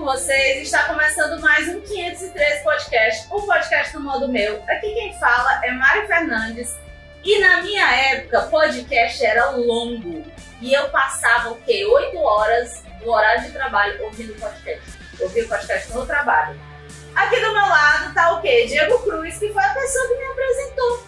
com vocês? Está começando mais um 513 Podcast, o podcast do modo meu. Aqui quem fala é Mari Fernandes e na minha época podcast era longo e eu passava o quê? 8 horas no horário de trabalho ouvindo podcast. Ouvia o podcast no trabalho. Aqui do meu lado tá o quê? Diego Cruz, que foi a pessoa que me apresentou.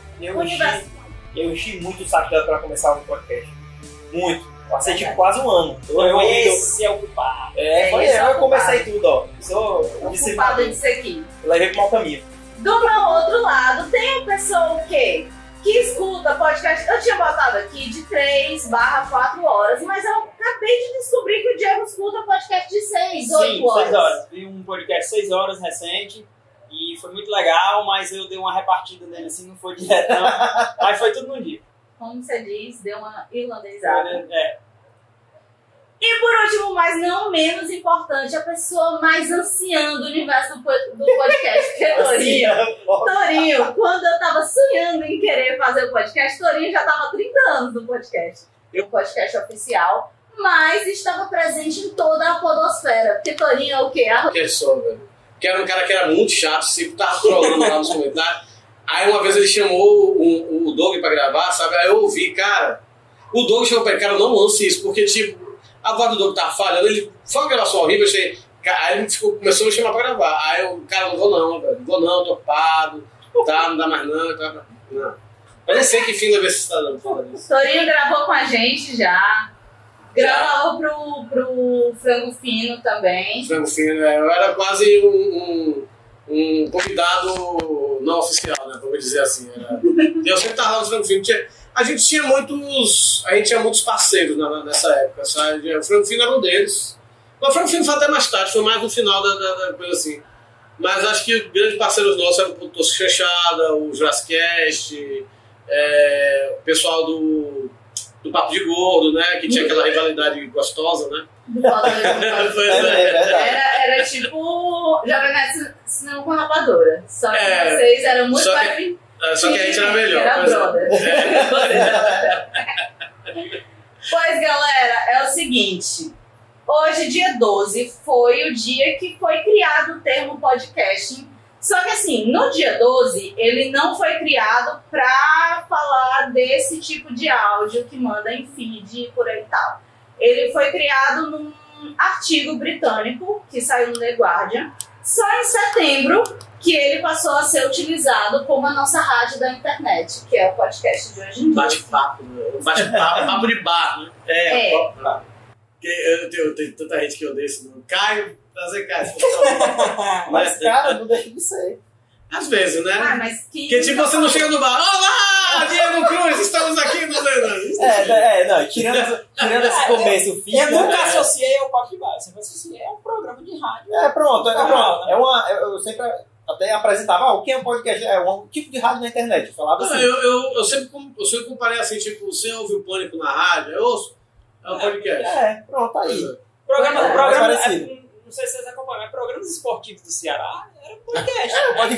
Eu enchi muito o saco dela pra começar o podcast. Muito. Passei tipo quase um ano. Esse é o culpado. Eu comecei tudo, ó. Sou o culpado disso aqui. Eu levei pro mau caminho. Do meu outro lado tem a pessoa o quê? Que escuta podcast. Eu tinha botado aqui de 3/4 horas, mas eu acabei de descobrir que o Diego escuta podcast de 8 horas. 6 horas. Vi um podcast 6 horas recente e foi muito legal, mas eu dei uma repartida nele assim, não foi diretão. Mas foi tudo num dia. Como você diz, deu uma irlandesada. É. E por último, mas não menos importante, a pessoa mais anciã do universo do podcast, que é Torinho. Torinho, quando eu tava sonhando em querer fazer o podcast, Torinho já tava há 30 anos no podcast. O podcast oficial, mas estava presente em toda a podosfera. Porque Torinho é o quê? Que só, velho. Que era um cara que era muito chato, sempre tava trolando lá nos comentários. Aí uma vez ele chamou o Doug pra gravar, sabe? Aí eu ouvi, cara. O Doug chamou pra ele, cara, não lance isso, porque tipo, a voz do Doug tava falhando, ele foi uma gravação horrível, achei. Aí ele começou a me chamar pra gravar. Aí eu, cara, não vou não, velho. Não vou não, tô ocupado, tá, não dá mais não, tá. Não. Mas nem sei que fim levei esse cidadão fala disso. Torinho gravou com a gente já. Gravou pro Frango Fino também. Frango Fino, eu era quase um convidado não oficial, né? Vamos dizer assim. Eu sempre tava lá no Frango Fino. A gente tinha muitos parceiros nessa época, sabe? O Frango Fino era um deles. O Frango Fino foi até mais tarde, foi mais no final da coisa assim. Mas acho que grandes parceiros nossos eram o Tosco Chanchada, o Jurassic Cast, o pessoal do Papo de Gordo, né? Que tinha aquela rivalidade gostosa, né? Era tipo Jovem Nerd Cinema com Rapadura. Só que vocês eram muito mais... Só que a gente era melhor. Era brother. Pois, galera, é o seguinte. Hoje, dia 12, foi o dia que foi criado o termo podcasting. Só que assim, no dia 12, ele não foi criado para falar desse tipo de áudio que manda em feed e por aí e tal. Ele foi criado num artigo britânico que saiu no The Guardian. Só em setembro que ele passou a ser utilizado como a nossa rádio da internet, que é o podcast de hoje em dia. Bate-papo, papo de bar, né? Eu tenho tanta gente que odeia esse nome. Caio, prazer, Caio. Mas, cara, não deixa de ser. Às vezes, né? Mas porque tipo, você não chega no bar. Olá, Diego Cruz, estamos aqui no não, tirando esse começo físico. Eu nunca associei ao Papo de Bar, eu sempre associei a um programa de rádio. Pronto. Eu sempre até apresentava, o que é um podcast? É um tipo de rádio na internet. Eu falava assim. Eu sempre comparei assim, tipo, você ouve o Pânico na rádio, eu ouço. É um podcast. Pronto, aí. Programa não sei se vocês acompanham, mas programas esportivos do Ceará era podcast.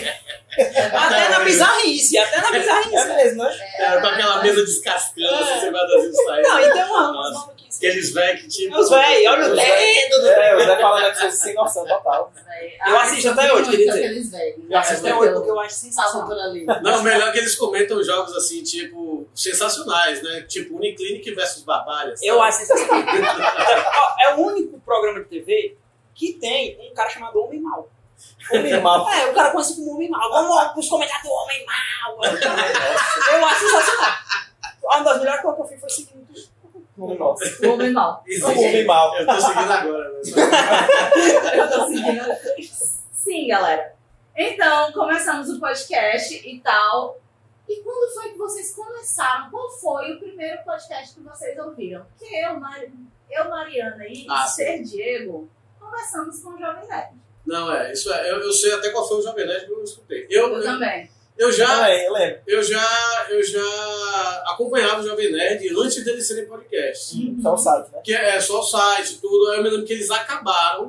Até na bizarrice. É mesmo, né? Com aquela mesa descascando, assim, você vai das saídas. Não, e tem uma aqueles velhos que tipo... Os velhos, olha o dedo do... O Zé falando que vocês sem noção total. Eu assisto até hoje, queria dizer. Eu assisto até hoje porque eu acho sensacional. Não, melhor que eles comentam jogos assim, tipo, sensacionais, né? Tipo, Uniclinic versus Barbalhas. Eu acho sensacional. É o único programa de TV que tem um cara chamado Homem Mau. Homem Mau? O cara conhece como Homem Mau. Vamos pros comentários do Homem Mau. Eu acho sensacional. Uma das melhores coisas que eu fiz foi o seguinte. Homem Mau. Homem Mau. Homem Mau. Eu tô seguindo agora. Eu tô seguindo. Sim, galera. Então, começamos o podcast e tal. E quando foi que vocês começaram? Qual foi o primeiro podcast que vocês ouviram? Porque eu Mariana e Ser Diego, conversamos com o Jovem Nerd. Não, isso é. Eu sei até qual foi o Jovem Nerd que eu escutei. Eu também. Eu lembro. Eu já acompanhava o Jovem Nerd antes deles serem podcast. Só o site, né? Que é só o site, tudo. Aí eu me lembro que eles acabaram.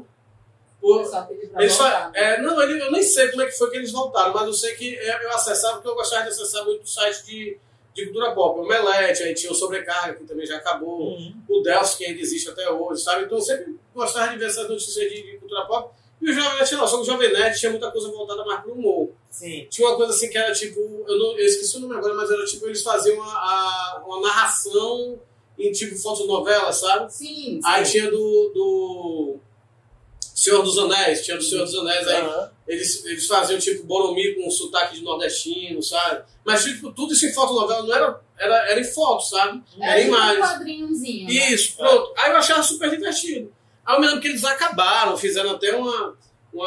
Eu nem sei como é que foi que eles voltaram, mas eu sei que eu acessava porque eu gostava de acessar muito o site de cultura pop. O Omelete, aí tinha o Sobrecarga, que também já acabou. O Delphi, que ainda existe até hoje, sabe? Então eu sempre gostava de ver essas notícias de cultura pop. E o Jovem Nerd não, só que o Jovem Nerd tinha muita coisa voltada mais pro humor. Sim. Tinha uma coisa assim que era tipo, eu esqueci o nome agora, mas era tipo, eles faziam uma narração em tipo fotonovela, sabe? Sim. Aí tinha do Senhor dos Anéis, tinha do Senhor dos Anéis, aí eles faziam tipo Boromir com um sotaque de nordestino, sabe? Mas tipo, tudo isso em fotonovela não era em foto, sabe? Era em imagem. Um quadrinhozinho. Isso, pronto. Aí eu achava super divertido. Aí eu me lembro que eles acabaram, fizeram até uma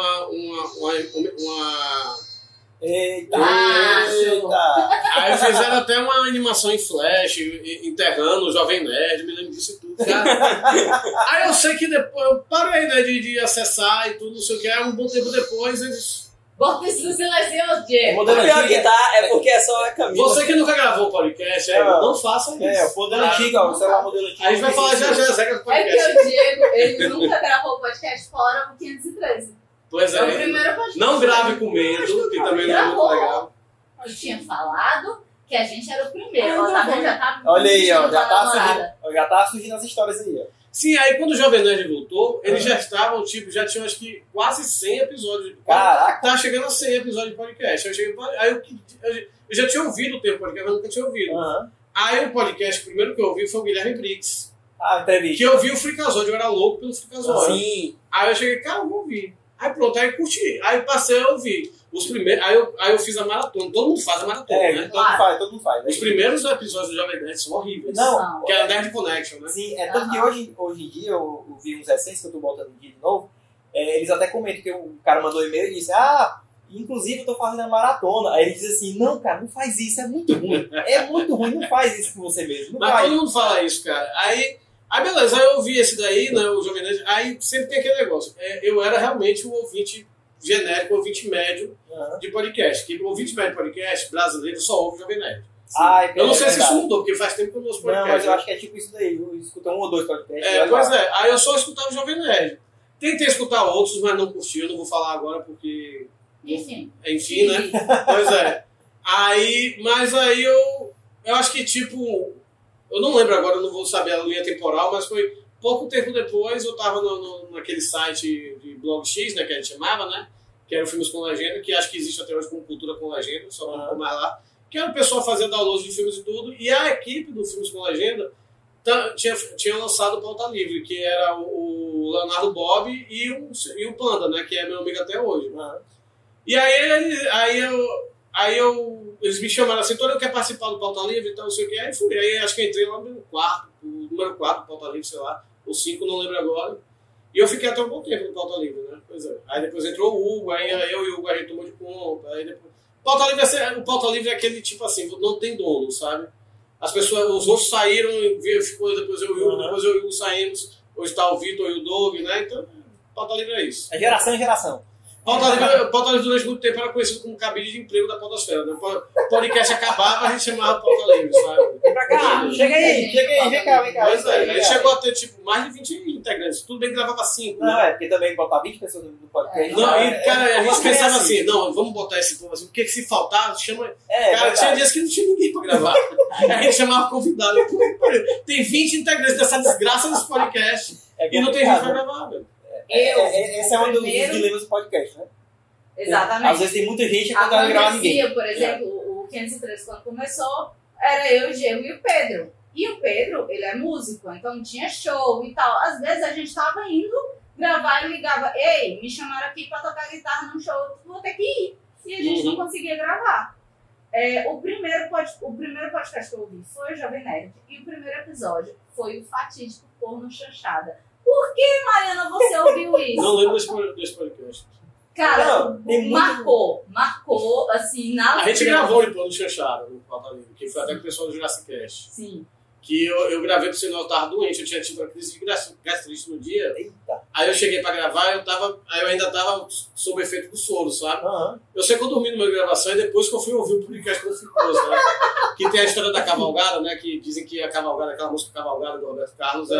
Eita! Aí fizeram até uma animação em flash, enterrando o Jovem Nerd, me lembro disso tudo, cara. Aí eu sei que depois, eu parei, né, de acessar e tudo, não sei o que, aí um bom tempo depois eles... Bota isso no silencioso, Diego. O pior que tá é porque é só a Camila. Você que nunca gravou o podcast, não faça isso. O modelo antigo, ó, o celular modelo antigo. A gente vai falar já as regras do É podcast. porque o Diego, ele nunca gravou o podcast fora o 513. Pois É o é, primeiro podcast. não grave com medo, que também não é muito legal. Eu tinha falado que a gente era o primeiro. Ó, tá vendo? Já tá Olha aí, ó, mentindo pra namorada. já tá surgindo as histórias aí, ó. Sim, aí quando o Jovem Nerd voltou, eles já estavam, tipo, já tinham acho que quase 100 episódios. Caraca! Tá chegando a 100 episódios de podcast. Aí eu já tinha ouvido o termo podcast, mas nunca tinha ouvido. Aí o podcast, o primeiro que eu ouvi foi o Guilherme Briggs. Entrevista. Que eu vi o Freakazoid, eu era louco pelo Freakazoid. Sim. Aí eu cheguei, cara, eu vou ouvir. Aí pronto, aí curti. Aí passei a ouvir. Os primeiros, aí eu fiz a maratona. Todo mundo faz a maratona, né? Todo mundo faz. Os primeiros episódios do Jovem Nerd são horríveis. Não. Que era Nerd Connection, né? Sim, tanto que hoje em dia eu vi uns recentes que eu tô botando aqui de novo. Eles até comentam que o cara mandou um e-mail e disse: inclusive eu tô fazendo a maratona. Aí ele diz assim: não, cara, não faz isso, é muito ruim. É muito ruim, não faz isso com você mesmo. Mas todo mundo fala isso, cara. Aí beleza, aí eu ouvi esse daí, né, o Jovem Nerd, aí sempre tem aquele negócio. Eu era realmente o ouvinte genérico, o ouvinte médio de podcast. Que o ouvinte médio de podcast brasileiro só ouve o Jovem Nerd. Eu não sei se isso mudou, porque faz tempo que eu não ouço podcast. Não, mas eu acho que é tipo isso daí. Eu escuto 1 ou 2 podcasts. Pois é. Aí eu só escutava o Jovem Nerd. Tentei escutar outros, mas não curti. Eu não vou falar agora porque... Enfim, né? Pois é. Mas aí eu acho que tipo... Eu não lembro agora, eu não vou saber a linha temporal, mas foi pouco tempo depois, eu tava naquele site de Blog X, né, que a gente chamava, né? Que era o Filmes com Legenda, que acho que existe até hoje como Cultura com Legenda, só não mais lá. Que era o pessoal fazendo download de filmes e tudo, e a equipe do Filmes com Legenda tinha lançado o Pauta Livre, que era o Leonardo Bob e o Panda, né, que é meu amigo até hoje. E eles me chamaram assim, Tony, eu quero participar do Pauta Livre, então não sei o que, aí fui. Aí acho que eu entrei lá no número 4 do Pauta Livre, sei lá, ou 5, não lembro agora. E eu fiquei até um bom tempo no Pauta Livre, né? Pois é. Aí depois entrou o Hugo, aí eu e o Hugo a gente tomou de conta, aí depois... O Pauta Livre é aquele tipo assim, não tem dono, sabe? As pessoas, os outros saíram, ficou depois eu e o Hugo, depois eu e o Hugo saímos, hoje tá o Vitor e o Doug, né? Então, Pauta Livre é isso. É geração em geração. Pauta Livre durante muito tempo era conhecido como cabide de emprego da podosfera. Né? O podcast acabava, a gente chamava Pauta Livre, sabe? Vem pra cá, chega aí, vem cá. Pois é, a gente chegou a ter tipo, mais de 20 integrantes. Tudo bem que gravava 5. Não, né? porque também botar 20 pessoas no podcast. Cara, a gente pensava assim, não, vamos botar esse povo assim, porque se faltar, chama... Cara, tinha dias que não tinha ninguém pra gravar. A gente chamava convidado. Tem 20 integrantes dessa desgraça desse podcast e não tem gente pra gravar, velho. Esse é um dos dilemas do podcast, né? Exatamente. Às vezes tem muita gente que não dá gravar ninguém. Por exemplo, o 513 quando começou, era eu, o Diego e o Pedro. E o Pedro, ele é músico, então tinha show e tal. Às vezes a gente tava indo gravar e ligava, ei, me chamaram aqui pra tocar guitarra num show, vou ter que ir. E a gente não conseguia gravar. O primeiro podcast que eu ouvi foi o Jovem Nerd. E o primeiro episódio foi o fatídico Porno Chanchada. Por que, Mariana, você ouviu isso? Não lembro desse podcast. Cara, marcou, assim, na A gente gravou o Porno Chanchada no Pauta Livre, que foi até com o pessoal do Jurassic Cast. Sim. Que eu gravei porque senão eu tava doente, eu tinha tido uma crise de gastrite no dia. Eita. Aí eu cheguei pra gravar, aí eu ainda tava sob efeito do soro, sabe? Eu sei que eu dormi no meio da gravação e depois que eu fui ouvir o podcast que eu ficou, sabe? Que tem a história da Cavalgada, né? Que dizem que a Cavalgada, aquela música Cavalgada do Roberto Carlos,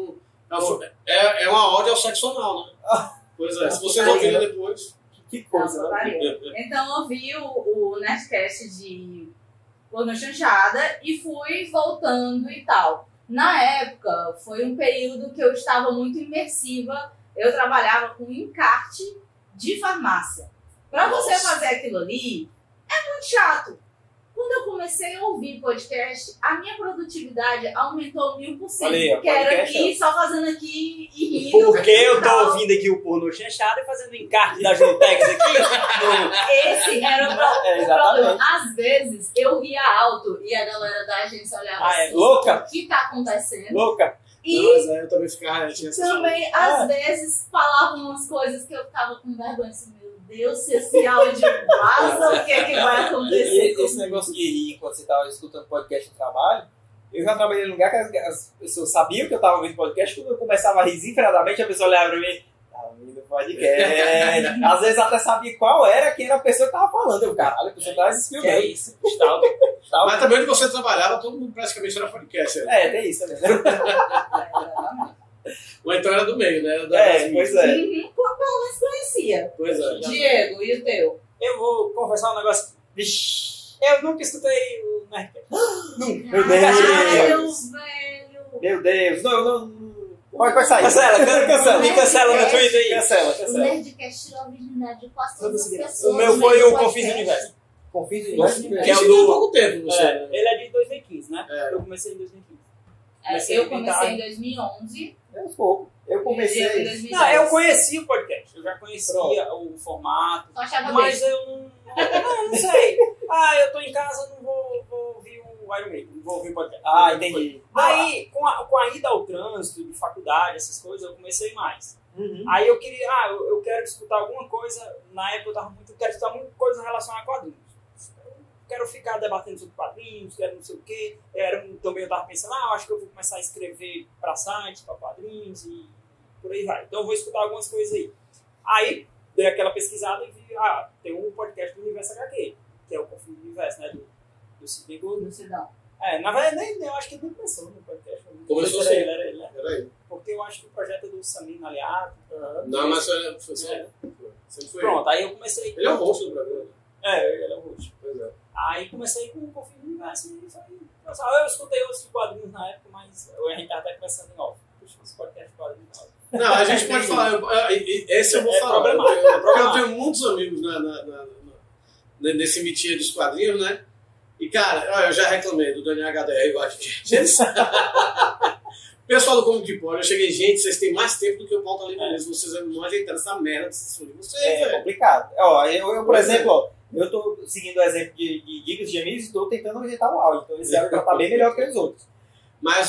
é uma ódio ao sexo anal, né? Pois é, se vocês ouvirem depois. Que coisa, né? Então eu vi o Nerdcast de Pornô Chanchada e fui voltando e tal. Na época, foi um período que eu estava muito imersiva. Eu trabalhava com encarte de farmácia. Para você fazer aquilo ali, é muito chato. Quando eu comecei a ouvir podcast, a minha produtividade aumentou 1000%. Olha aí, porque era podcast, aqui, só fazendo aqui e rindo. Porque eu tô tal. ouvindo aqui o Pornô Chanchada e fazendo encarte da Juntex aqui. Esse era o exatamente. problema. Às vezes, eu ria alto e a galera da agência olhava assim, louca? o que tá acontecendo? Louca. E Mas eu também ficava... tinha essa- também, às vezes, falavam umas coisas que eu ficava com vergonha. Assim, meu Deus, se esse áudio vaza, o que é que vai acontecer E esse comigo? negócio de rir enquanto você estava escutando podcast no trabalho, eu já trabalhei num lugar que as pessoas sabiam que eu estava ouvindo podcast, quando eu começava a rir desenfreadamente, a pessoa olhava para mim, tá ouvindo podcast. Às vezes até sabia qual era, quem era a pessoa que estava falando. Eu, caralho, a pessoa traz esse filme. Que é isso? Está Mas também onde você trabalhava, todo mundo praticamente era podcast. Né? tem isso também. Ou então era do meio, né? Era Pois é. Uhum, pelo menos conhecia. Pois é. Diego, e o teu? Eu vou confessar um negócio. Vixe, eu nunca escutei o Nerdcast. Meu Caralho, Deus. velho. Meu Deus. Não. Pode sair. Cancela. Me cancela no Twitter aí. Cancela. O Nerdcast tirou a virgindade de quase todas as pessoas. O meu foi o Confins do Universo. Confins do Nossa, Universo. Que é o isso do- tem pouco tempo, você. né? Ele é de 2015, né? É. Eu comecei em 2015. Eu comecei em 2011. Eu comecei. Diego em 2010. Não, eu conhecia o podcast. Eu já conhecia o formato. Só achava Mas besta. eu não sei. Eu tô em casa, não vou ouvir o Iron Maiden, não vou ouvir o podcast. Ah, entendi. Aí, com a ida ao trânsito, de faculdade, essas coisas, eu comecei mais. Uhum. Aí eu queria, eu quero escutar alguma coisa, na época eu quero escutar muita coisa relacionada a quadrinhos. Eu quero ficar debatendo sobre quadrinhos, quero não sei o quê. Também eu tava pensando, eu acho que eu vou começar a escrever para sites, para quadrinhos e por aí vai. Então eu vou escutar algumas coisas aí. Aí dei aquela pesquisada e vi, tem um podcast do Universo HQ, que é o Confins do Universo, né, do Sidney Gould. Lucidão. Na verdade, eu acho que ele nem começou no podcast. Começou Era sim. ele, era ele, né? Peraí. Porque eu acho que o projeto é do Samir Aliado. Não, mas foi só. Sempre foi. Pronto, aí eu comecei. Ele é o host do programa. Ele é o host. Pois é. Aí comecei com o Confins do Universo e foi. Eu escutei outros quadrinhos na época, mas a gente tá até conversando em off. Puxa, esse podcast de quadrinhos em off. Não, a gente pode falar. Esse eu vou falar. problemático, Porque eu tenho muitos amigos nesse mitinha dos quadrinhos, né? E, cara, eu já reclamei do Daniel HDR, eu acho que eles... O pessoal do Como Que Pode, eu cheguei, gente, vocês têm mais tempo do que o Pauta Livre mesmo, vocês não ajeitaram essa merda desse de vocês, É velho. complicado. Eu, por exemplo, eu tô seguindo o exemplo de Dicas de Amigos e estou tentando ajeitar o áudio. Então esse áudio já tá bem melhor que os outros. Mas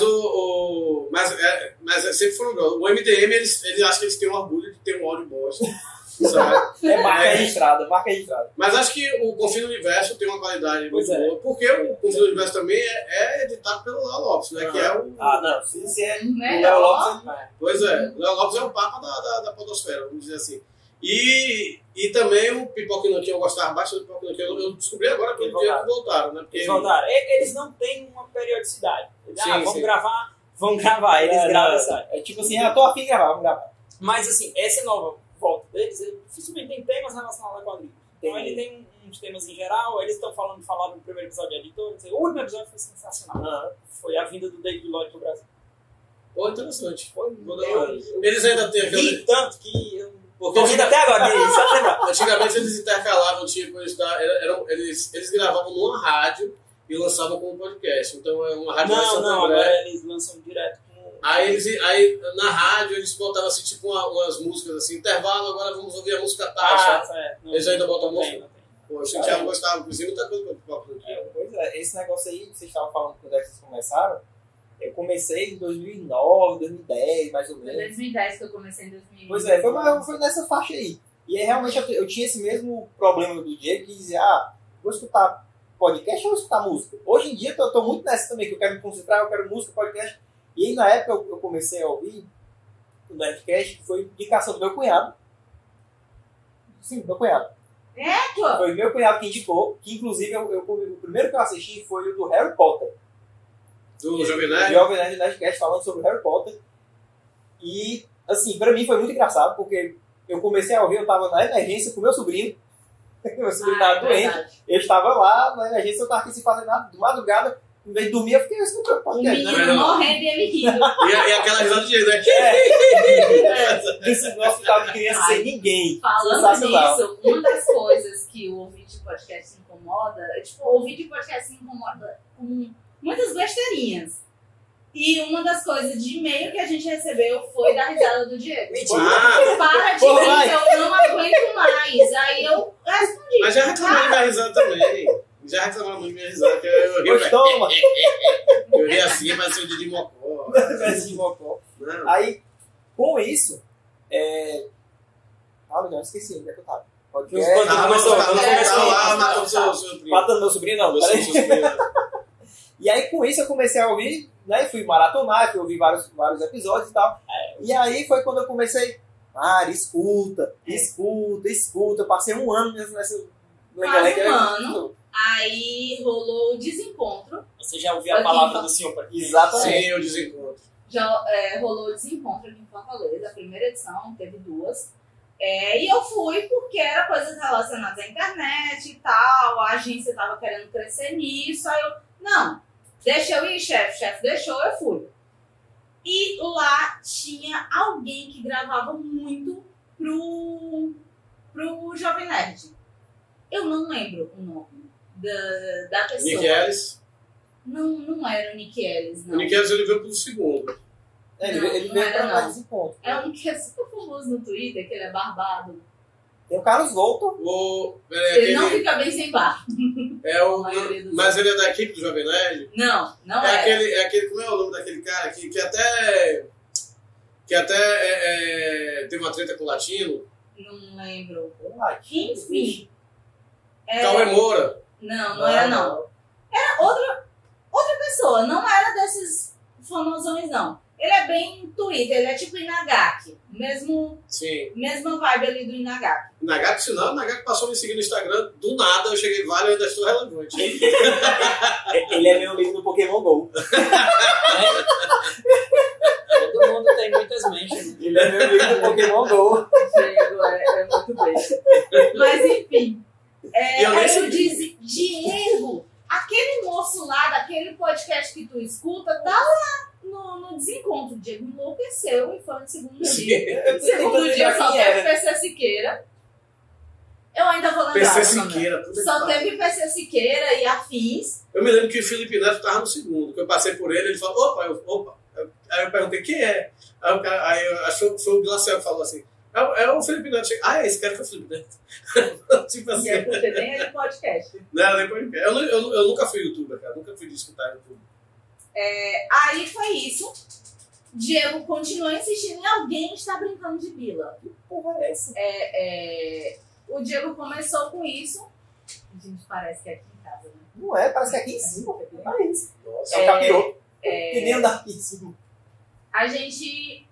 mas sempre foram bons. O MDM, eles acham que eles têm um orgulho de ter um áudio bosta. Sabe? É marca registrada. Mas acho que o Confins do Universo tem uma qualidade muito Pois é. boa, porque o Confins do Universo também é editado pelo Léo Lopes, né? Que é o... Não. Se é o Léo Melhor. Lopes, Pois é, o Léo Lopes é o papa da podosfera, vamos dizer assim. E também o Pipoca e Nanquim, eu gostava bastante do Pipoca e Nanquim, eu descobri agora que eles voltaram, né? Porque Eles voltaram. Eles não têm uma periodicidade. Sim, Vamos sim. gravar, eles gravam e saem. é tipo assim, tô afim de gravar, vamos gravar. Mas assim, essa nova volta deles, ele dificilmente tem temas relacionados a quadrinhos. Então Entendi. ele tem uns temas em geral, eles falaram no primeiro episódio de editores. O último episódio foi sensacional. Foi a vinda do David Lloyd pro Brasil. Pô, interessante. Foi Eles ainda têm aquele... ri tanto que eu Porque tô rindo até agora, só de lembrar. antigamente eles intercalavam, tipo, eles gravavam numa rádio e lançavam como podcast. Então é uma rádio mais Santo André. agora eles lançam direto com... Aí na rádio eles botavam assim, tipo umas músicas assim, intervalo, agora vamos ouvir a música tal. Eles ainda botam música? Não tem. Pô, o Santiago gostava, inclusive, muita coisa que eu falo aqui. Pois é, esse negócio aí que vocês estavam falando quando é que vocês começaram, eu comecei em 2009, 2010, mais ou Foi menos. 2010 que eu comecei em 2010. Pois é, foi nessa faixa aí. E aí, realmente eu tinha esse mesmo problema do Diego, que dizia, vou escutar podcast ou vou escutar música? Hoje em dia eu tô muito nessa também, que eu quero me concentrar, eu quero música, podcast. E aí na época eu comecei a ouvir o Nerdcast, que foi indicação do meu cunhado. Sim, meu cunhado. Pô, Foi meu cunhado que indicou, que inclusive o primeiro que eu assisti foi o do Harry Potter. Do Jovem O Nerd? Jovem Nerd Nerdcast falando sobre o Harry Potter. E, assim, pra mim foi muito engraçado, porque eu comecei a ouvir, eu tava na emergência com meu sobrinho, Meu sobrinho tava doente. verdade. Eu estava lá na emergência, eu tava aqui sem fazer nada. De madrugada, em vez de dormir, eu fiquei escutando o O podcast. menino morrendo e ele rindo. E aquela risada de jeito, né? Desse no hospital de criança sem ninguém. Falando Sensacional. nisso, uma das coisas que o ouvinte de podcast se incomoda, o ouvinte de podcast se incomoda com muitas besteirinhas. E uma das coisas de e-mail que a gente recebeu foi da risada do Diego. Para de Porra, rir, vai. eu não aguento mais. Aí eu respondi. Mas já reclamou de minha risada também. Já reclamaram muito de minha risada, que eu ri, Pois toma. eu ri assim, mas eu de mocó. Parece de mocó. Não. Aí, com isso, não, esqueci onde é que eu tava. Podcast. Quando começou, Matando seu primo. Matando meu sobrinho, não. Peraí. Seu sobrinho. E aí, com isso, eu comecei a ouvir, né? Fui maratonar, fui ouvir vários episódios e tal. E aí foi quando eu comecei, escuta. Passei um ano nessa... Quase um ano. Aí rolou o desencontro. Você já ouviu a palavra do senhor? Exatamente. Sim, eu desencontro. Já rolou o desencontro aqui em Fortaleza. A primeira edição, teve 2. E eu fui porque era coisas relacionadas à internet e tal. A agência estava querendo crescer nisso. Aí eu, não, deixa eu ir, chefe. Chefe deixou, eu fui. E lá tinha alguém que gravava muito pro Jovem Nerd. Eu não lembro o nome da pessoa. Nick Ellis. Não era o Nick Ellis, não. O Nick Ellis ele veio pro segundo. Ele Não veio era, pra não. mais desencontro. É um que é super famoso no Twitter, que ele é barbado. Tem o Carlos Volto. Ele não fica bem sem barba. maioria dos Mas ele é da equipe do Jovem Nerd? Não É é. aquele. Como é o nome daquele cara que até teve uma treta com o Latino? Não lembro. Enfim. Enfim. Cauê Moura. Não era não. Era outra pessoa, não era desses famosões não. Ele é bem Twitter, ele é tipo Inagaki. Sim. Mesma vibe ali do Inagaki. Nagaki, se não, o Nagaki passou a me seguir no Instagram. Do nada, eu cheguei vários e ainda estou relevante. Ele é meu amigo do Pokémon GO. Todo mundo tem muitas mentes. Ele é meu amigo do Pokémon GO. Diego é muito bem. Mas enfim. E eu nem Aí eu sei. disse, Diego, aquele moço lá daquele podcast que tu escuta, tá lá no desencontro. O Diego enlouqueceu e foi no segundo dia. Eu tô Segundo tentando dia lembrar só quem teve era. PC Siqueira. Eu ainda vou lembrar. PC o nome. Siqueira. puta Só que pariu. teve PC Siqueira e afins. Eu me lembro que o Felipe Neto estava no segundo. Que eu passei por ele, ele falou, opa. Aí eu perguntei, quem é? Aí eu achou que foi o Glacial que falou assim, é o Felipe Neto. Esse cara que é o Felipe Neto. Tipo assim. E é porque nem é de podcast. Não, depois, eu nunca fui youtuber, cara. Nunca fui de escutar YouTube. Aí foi isso. Diego continuou insistindo em alguém estar brincando de bila. Que porra é essa? O Diego começou com isso. Gente, parece que é aqui em casa, né? Não é, parece que é aqui em cima. É isso. Nossa. É o capiroto. Que nem andar aqui em cima. A gente...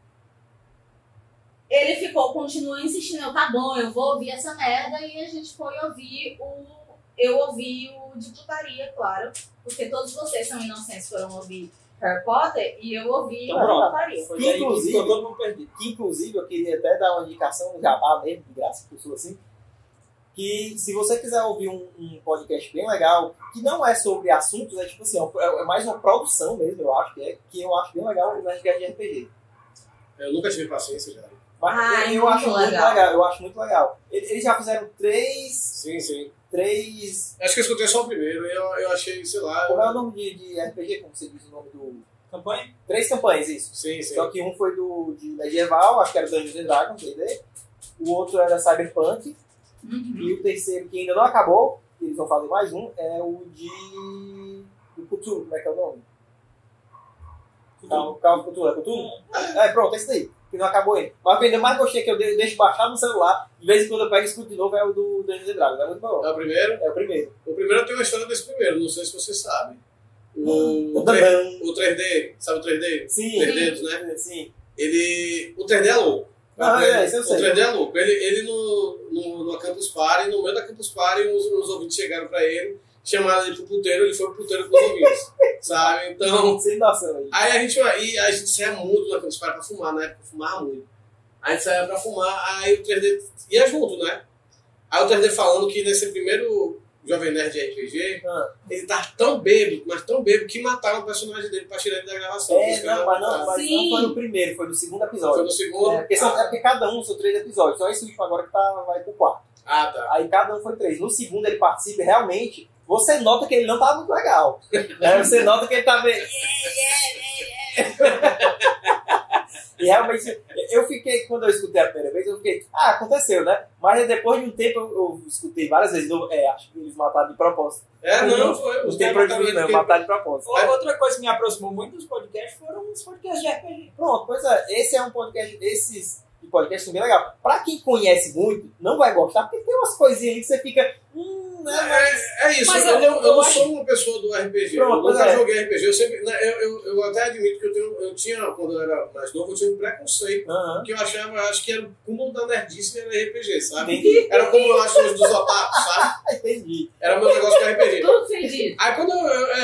Ele continuou insistindo. Tá bom, eu vou ouvir essa merda. E a gente foi ouvir Eu ouvi o de putaria, claro. Porque todos vocês são inocentes, foram ouvir Harry Potter. E eu ouvi Então, o de pronto. putaria. Foi aí que ficou todo mundo perdido. Que inclusive eu queria até dar uma indicação, jabá mesmo, de graça, que eu sou assim, que se você quiser ouvir um podcast bem legal, que não é sobre assuntos, é tipo assim, é mais uma produção mesmo, eu acho, que eu acho bem legal o Nerdcast de RPG. Eu nunca tive paciência já. Mas eu muito acho muito legal. legal, eu acho muito legal. Eles já fizeram três... Acho que eu escutei só o primeiro, eu achei, sei lá. Como é o nome de RPG, como você diz o nome do... Campanha? 3 campanhas, isso. Sim. Só que um foi de medieval, acho que era Dungeons and Dragons, D&D. O outro era Cyberpunk. Uhum. E o terceiro, que ainda não acabou, que eles vão fazer mais um, é o do Cthulhu, como é que é o nome? Call of Cthulhu, é Cthulhu? Pronto, esse daí, que não acabou ainda. Mas o que eu ainda mais gostei, que eu deixo baixar no celular, de vez em quando eu pego e escuto de novo, é o do Dungeons and Dragons, é muito bom. É o primeiro? É o primeiro. O primeiro eu tenho uma história desse primeiro, não sei se você sabe. O Tadam. 3D, sabe o 3D? Sim. 3 dedos, né? Sim. O 3D é louco. Isso eu sei. O 3D é louco. Ele no Campus Party, no meio da Campus Party, os ouvintes chegaram pra ele, chamaram ele pro puteiro, ele foi pro puteiro com os ouvintes. Sabe? Então. Sem noção aí. Aí a gente saia muito na Campus Party pra fumar, na época eu fumava muito. Aí a gente saia pra fumar, aí o 3D ia junto, né? Aí eu terminei falando que nesse primeiro Jovem Nerd de RPG, ele tá tão bêbado, mas tão bêbado, que mataram o personagem dele pra tirar ele da gravação. Mas não foi no primeiro, foi no segundo episódio. Foi no segundo? Porque cada um são 3 episódios, só esse último agora que vai pro 4. Ah, tá. Aí cada um foi 3. No segundo ele participa e realmente, você nota que ele não tava muito legal. Você nota que ele tava... E realmente, eu fiquei, quando eu escutei a primeira vez, eu fiquei, aconteceu, né? Mas depois de um tempo, eu escutei várias vezes, acho que eles mataram de propósito. Não foi. Não tem problema, não, mataram de propósito. Outra coisa que me aproximou muito dos podcasts foram os podcasts de RPG. Pronto, pois é, esse é um podcast, esses podcasts são bem legal. Pra quem conhece muito, não vai gostar, porque tem umas coisinhas aí que você fica, É isso, mas eu não sou uma pessoa do RPG. Pronto, eu nunca joguei RPG. Eu sempre, eu até admito que eu tinha, quando eu era mais novo, eu tinha um preconceito. Que eu acho que era o cúmulo da nerdice era RPG, sabe? Entendi. Era como eu acho hoje dos otakus, sabe? Entendi. Era meu negócio com RPG. Tudo fedido. Aí quando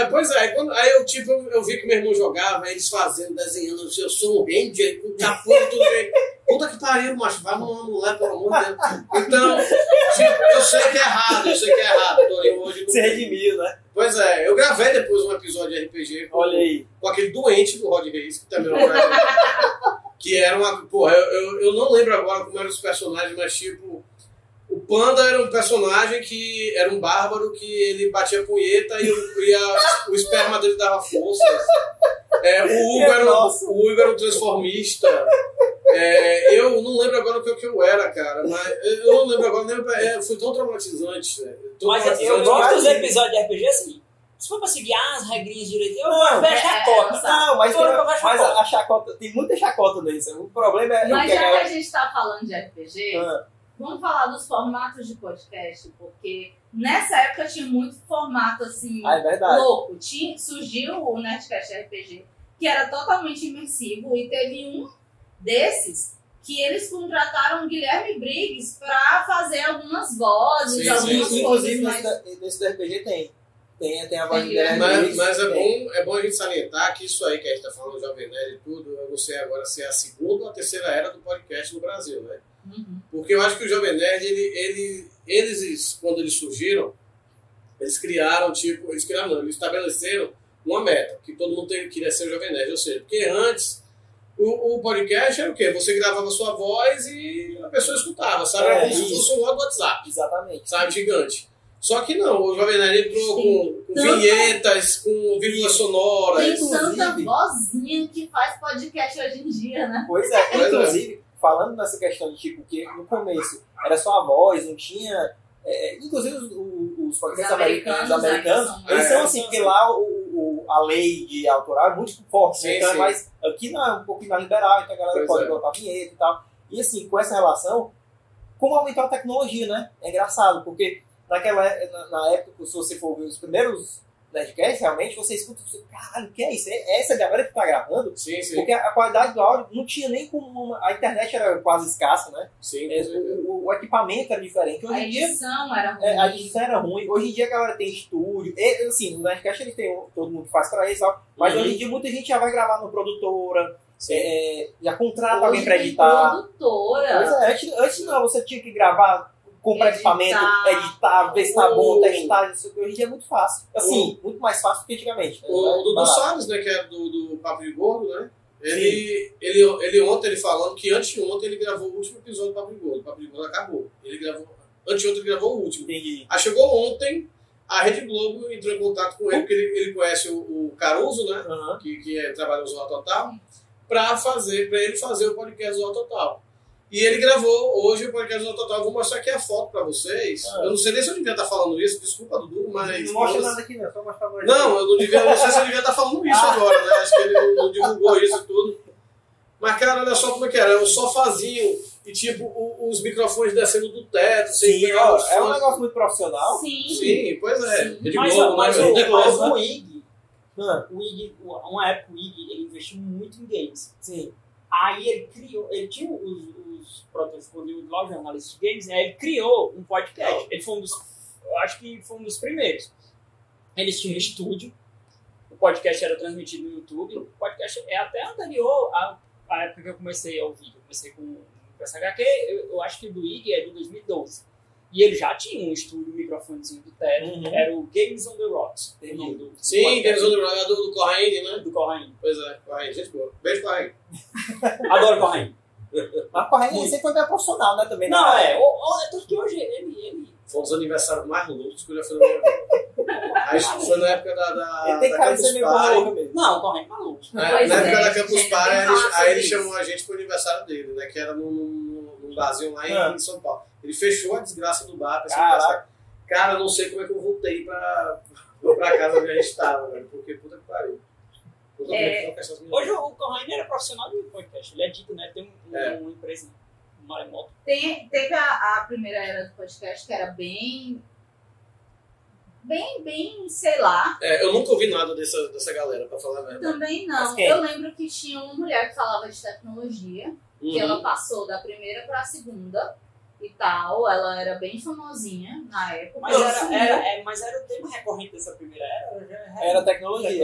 eu vi que meu irmão jogava, eles fazendo, desenhando, eu sou um ranger, com capô e tudo bem. Puta que pariu, macho, vai mamar mulher, pelo amor de Deus. Então, eu sei que é errado, Torinho hoje não... Você redimiu, né? Pois é, eu gravei depois um episódio de RPG Olha aí. com aquele doente do Rod Reis, que também é que era uma... Porra, eu não lembro agora como eram os personagens, mas tipo... O Panda era um personagem que era um bárbaro que ele batia punheta e o esperma dele dava força. O Hugo era um transformista. Eu não lembro agora o que eu era, cara. Mas eu não lembro agora. Foi tão traumatizante. Mas eu gosto dos episódios de RPG assim. Se for pra seguir as regrinhas direitinho, eu vou ver a chacota. Não, mas a chacota, tem muita chacota nisso. O problema é... Mas já que a gente tá falando de RPG... Vamos falar dos formatos de podcast, porque nessa época tinha muito formato assim, louco. Surgiu o Nerdcast RPG, que era totalmente imersivo, e teve um desses que eles contrataram o Guilherme Briggs para fazer algumas vozes, algumas coisas. Inclusive, mas... nesse do RPG tem a voz do Guilherme Briggs. Mas é bom a gente salientar que isso aí que a gente está falando do Jovem Nerd e tudo, eu não sei agora se é a segunda ou a terceira era do podcast no Brasil, né? Porque eu acho que o Jovem Nerd, eles, quando eles surgiram, eles eles estabeleceram uma meta, que todo mundo queria ser o Jovem Nerd, ou seja, porque antes o podcast era o quê? Você gravava sua voz e a pessoa escutava, sabe? Era como se fosse um áudio do WhatsApp. Exatamente. Sabe? Gigante. Só que não, o Jovem Nerd entrou com vinhetas, com vírgulas sonoras. Tem tanta vozinha que faz podcast hoje em dia, né? Pois é, inclusive... Falando nessa questão de tipo, que no começo era só a voz, não tinha. Inclusive os podcasts americanos, eles são assim, porque lá a lei de autoral é muito forte, sim, então sim. Mas aqui não é um pouquinho mais liberal, então a galera pode botar vinheta e tal. E assim, com essa relação, como aumentou a tecnologia, né? É engraçado, porque na época, se você for ver os primeiros Nerdcast, realmente, você escuta e caralho, o que é isso? É essa galera que tá gravando? Sim. Porque a qualidade do áudio não tinha nem como... A internet era quase escassa, né? Sim. O equipamento era diferente. Hoje a edição era ruim. A edição era ruim. Hoje em dia a galera tem estúdio. Assim, no Nerdcast eles têm... Todo mundo faz pra eles, mas hoje em dia muita gente já vai gravar no produtora, já contrata alguém pra editar. Produtora. Pois é, antes não, você tinha que gravar... comprar equipamento, editar, ver se tá bom, testar, isso hoje em dia é muito fácil. Assim, muito mais fácil do que antigamente. O Dudu Salles, né, que é do Papo de Gordo, né? Ele ontem falando que antes de ontem ele gravou o último episódio do Papo de Gordo. O Papo de Gordo acabou. Antes de ontem ele gravou o último. Entendi. Aí chegou ontem, a Rede Globo entrou em contato com ele, porque ele conhece o Caruso, né? Que trabalha no Zorra Total, pra ele fazer o podcast do Zorra Total. E ele gravou hoje o podcast do Total. Eu vou mostrar aqui a foto pra vocês. Eu não sei nem se eu devia estar falando isso, desculpa, Dudu, mas... Não mostra nada aqui, não. Só mostra pra não, eu não sei se eu devia estar falando isso agora, né? Acho que ele não divulgou isso e tudo. Mas, cara, olha só como é que era. Um sofazinho e, tipo, os microfones descendo do teto. Sim, é um negócio muito profissional. Sim, pois é. Mas o Ig, uma época o Ig, ele investiu muito em games. Sim. Aí ele tinha os produtores lá, os jornalistas de games, aí ele criou um podcast. Ele foi acho que foi um dos primeiros. Eles tinham estúdio, o podcast era transmitido no YouTube, o podcast é até anterior à época que eu comecei a ouvir. Eu comecei com o SHQ, eu acho que o do IG é de 2012. E ele já tinha um estúdio, um microfonezinho do teto. Era o Games on the Rocks. O nome do Sim, podcast. Games on the Rock, do Corraine, né? Do Corraine. Pois é, Corraine, gente boa. Beijo, Corraine. Adoro Corraine. Mas correndo sempre foi bem profissional, né? Também. Não, né? tanto que hoje ele... Foi um dos aniversários mais loucos que eu já fiz na minha vida. Aí foi na época Ele tem da cara de Campus ser meio Party. maluco mesmo. Não, Corraine maluco. Na Pois época é, da Campus gente, Party, tem que falar aí ele sobre chamou a gente pro aniversário dele, né? Que era num barzinho lá em São Paulo. Ele fechou a desgraça do bar. Cara, eu não sei como é que eu voltei pra casa onde a gente tava, velho. Porque puta que pariu. Hoje o Corraine era profissional de podcast. Ele é dito, né? Tem uma empresa, um maremoto. Teve a primeira era do podcast que era bem, sei lá. Eu nunca ouvi nada dessa galera, pra falar a verdade. Também não. Eu lembro que tinha uma mulher que falava de tecnologia, que ela passou da primeira pra segunda e tal. Ela era bem famosinha na época. Mas era o tema recorrente dessa primeira era? Era tecnologia.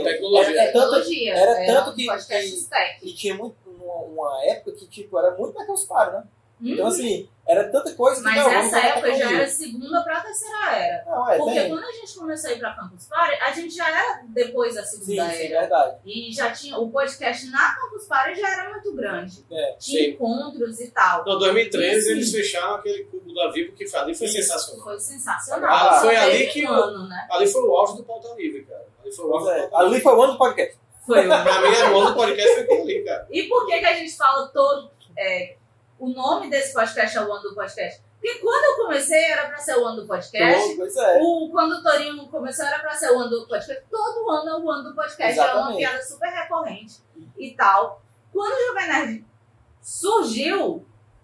Era tanto que podcast tech. E tinha muito uma época que tipo, era muito na Campus Party, né? Então, assim, era tanta coisa que mas não, nessa época já tecnologia. era segunda pra terceira era. Não, Porque tem. quando a gente começou a ir pra Campus Party, a gente já era depois da segunda Sim, era. verdade. E já tinha, o podcast na Campus Party já era muito grande. Tinha sim. encontros e tal. Em 2013 Sim. eles fecharam aquele cubo da Vivo que ali foi sensacional. Foi sensacional. Foi Só ali teve que né? Ali foi o auge do Pauta Livre, cara. Ali foi o auge do Pauta Livre. Ali foi o ano do podcast. Foi. Pra mim, o ano do podcast foi aquilo ali, cara. E por que a gente fala todo... o nome desse podcast é o ano do podcast? Porque quando eu comecei era pra ser o ano do podcast. Pois é. Quando o Torinho começou era pra ser o ano do podcast. Todo ano é o ano do podcast. Exatamente. É uma piada super recorrente e tal. Quando o Jovem Nerd surgiu,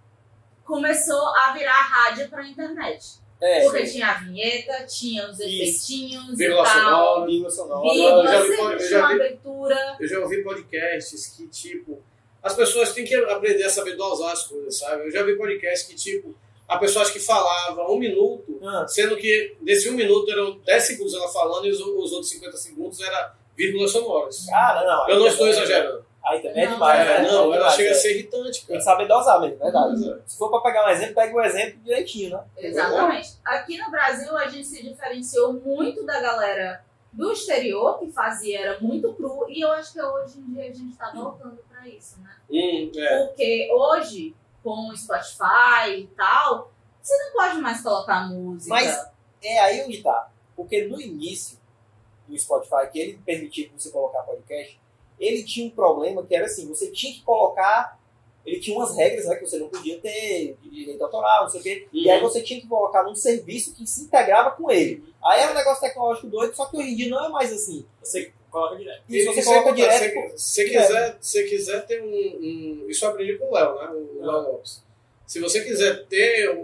começou a virar rádio pra internet. Porque tinha a vinheta, tinha os efeitinhos e tal. Vírgula sonora. Vírgula, sempre tinha uma abertura. Eu já ouvi podcasts que, tipo, as pessoas têm que aprender a saber dosar as coisas, sabe? Eu já vi podcasts que, tipo, a pessoa acho que falava 1 minuto, sendo que desse 1 minuto eram 10 segundos ela falando e os outros 50 segundos eram vírgulas sonoras. Cara, não. Eu não estou exagerando. Aí também é demais, né? Ela chega a ser irritante, Tem cara. que saber dosar mesmo, verdade. Se for pra pegar um exemplo, pega o exemplo direitinho, né? Exatamente. Aqui no Brasil a gente se diferenciou muito da galera do exterior, que fazia, era muito cru, e eu acho que hoje em dia a gente tá voltando pra isso, né? Porque hoje, com o Spotify e tal, você não pode mais colocar música. Mas é aí onde tá. Porque no início do Spotify, que ele permitia que você colocar podcast, ele tinha um problema que era assim, você tinha que colocar, ele tinha umas regras, né, que você não podia ter direito autoral, não sei o quê, e aí você tinha que colocar num serviço que se integrava com ele. Aí era um negócio tecnológico doido, só que hoje em dia não é mais assim. Você coloca direto. E você coloca direto. Se quiser ter isso eu aprendi com o Léo, né? O Léo Lopes. Se você quiser ter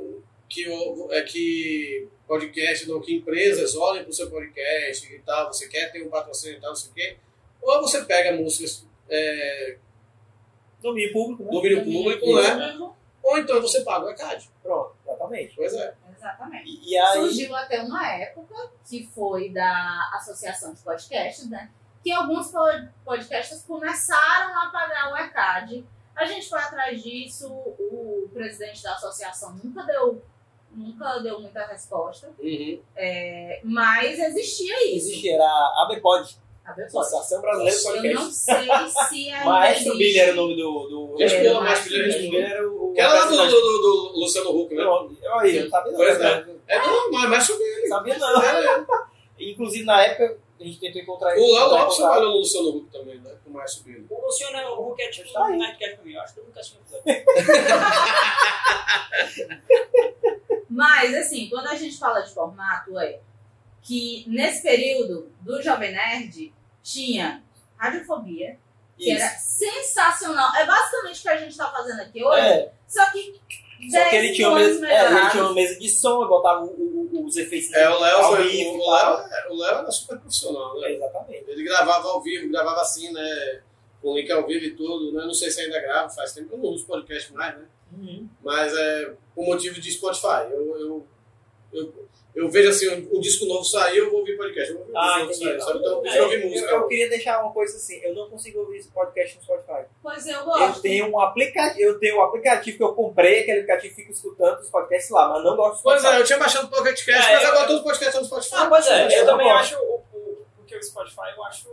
que podcast, não, que empresas olhem pro seu podcast e tal, você quer ter um patrocínio e tal, não sei o quê, ou você pega músicas Domínio público, né? domínio público, né? Ou então você paga o ECAD. Pronto, exatamente. Pois é. Exatamente. E aí... Surgiu até uma época, que foi da Associação de Podcasts, né? Que alguns podcasts começaram a pagar o ECAD. A gente foi atrás disso, o presidente da associação nunca deu muita resposta. Mas existia isso. Existia, era a ABPOD, ABPOD. Associação Brasileira de Podcast. Eu não sei se ainda Maestro existe. Billy era o nome do... Gente boa, Maestro Maestro Billy. Billy. era o... Que era lá do Luciano Huck, né? Eu não sabia não. Pois é. Não, mas Maestro Billy. Sabia não. Inclusive, na época, a gente tentou encontrar... O Léo Lopes trabalhou no Luciano Huck também, né? Com o Maestro Billy. O Luciano Huck é tipo um Nerdcast pra mim. Eu acho que eu nunca tinha episódio. Mas, assim, quando a gente fala de formato, que nesse período do Jovem Nerd tinha Radiofobia, que era sensacional. É basicamente o que a gente tá fazendo aqui hoje, só que ele tinha uma mesa de som, botava os efeitos O Léo ao vivo. o Léo era super profissional, né? Exatamente. Ele gravava ao vivo, gravava assim, né? Com link ao vivo e tudo, né? Não sei se ainda grava, faz tempo que eu não uso podcast mais, né? Mas por motivo de Spotify. Eu vejo assim, um disco novo sair, eu vou ouvir podcast. Eu vou ouvir um disco novo sair, sabe? Então, eu ouvir música. Eu queria deixar uma coisa assim, eu não consigo ouvir esse podcast no Spotify. Pois eu gosto. Eu tenho um aplicativo que eu comprei, aquele aplicativo fico escutando os podcasts lá, mas não gosto do Spotify. Pois é, eu tinha baixado o Pocket Cast, mas agora todos os podcasts estão no Spotify. Pois é, eu também gosto. acho, porque o Spotify eu acho,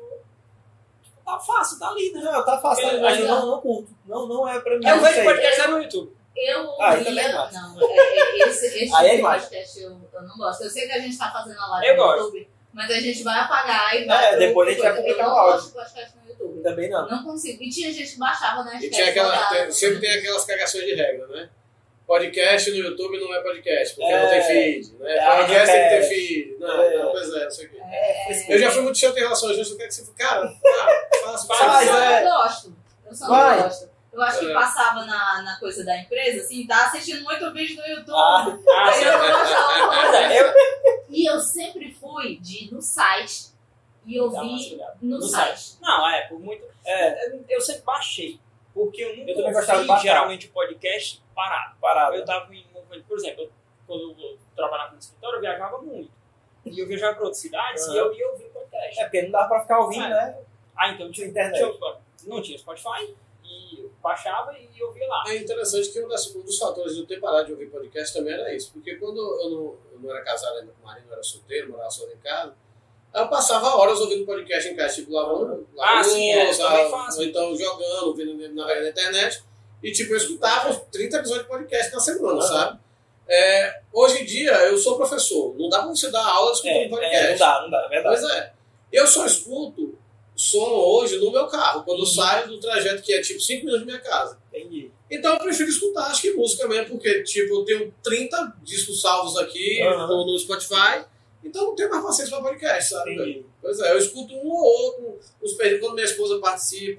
tipo, tá fácil, tá ali, né? Não, tá fácil, Eu- mas eu não curto. Não é pra mim. Eu não vejo sei. podcast no YouTube. Eu Ah, eu também ouvia, gosto. não, esse Aí é tipo de demais. podcast eu não gosto. Eu sei que a gente tá fazendo a live Eu no gosto. YouTube, mas a gente vai apagar e vai pro- depois a gente vai coisa. publicar Eu o não áudio. gosto de podcast no YouTube. Também não. Não consigo. E tinha gente que baixava na E tinha sempre tem aquelas cagações de regra, né? Podcast no YouTube não é podcast, porque não tem feed, né? Podcast tem que ter feed. Não, pois é, não sei o quê. Eu já fui muito chato em relação a gente, eu quero que você... Cara, faz. Eu gosto. Eu só Vai. não gosto. Eu acho que É. passava na coisa da empresa, assim, tá assistindo muito vídeo no YouTube. Ah, Aí eu não gostava Pois muito. é, E eu sempre fui de ir no site e ouvir no site. Não, por muito. Eu sempre baixei. Porque eu nunca Eu também gostava de ouvi baixar. geralmente o podcast parado. Parado. Eu tava em movimento, por exemplo, quando eu trabalhava no escritório, eu viajava muito. E eu viajava para outras cidades e eu ia ouvir o podcast. porque não dava pra ficar ouvindo, né? Então tinha Internet. não tinha Spotify, e eu baixava e ouvia lá. É interessante que um dos fatores de eu ter parado de ouvir podcast também era isso, porque quando eu não era casado ainda com o marido, eu era solteiro, morava só em casa, aí eu passava horas ouvindo podcast em casa, tipo lavando sim, também faço. ou então jogando, vendo na internet, e tipo, eu escutava uns 30 episódios de podcast na semana, sabe? Hoje em dia, eu sou professor, não dá pra você dar aula escutando podcast. Não dá, é verdade. Pois é. Eu só escuto som hoje no meu carro, quando eu saio do trajeto que é tipo 5 minutos da minha casa. Entendi. Então eu prefiro escutar, acho que música mesmo, porque tipo, eu tenho 30 discos salvos aqui no Spotify, então não tenho mais paciência para podcast, sabe? Entendi. Pois é, eu escuto um ou outro, quando minha esposa participa,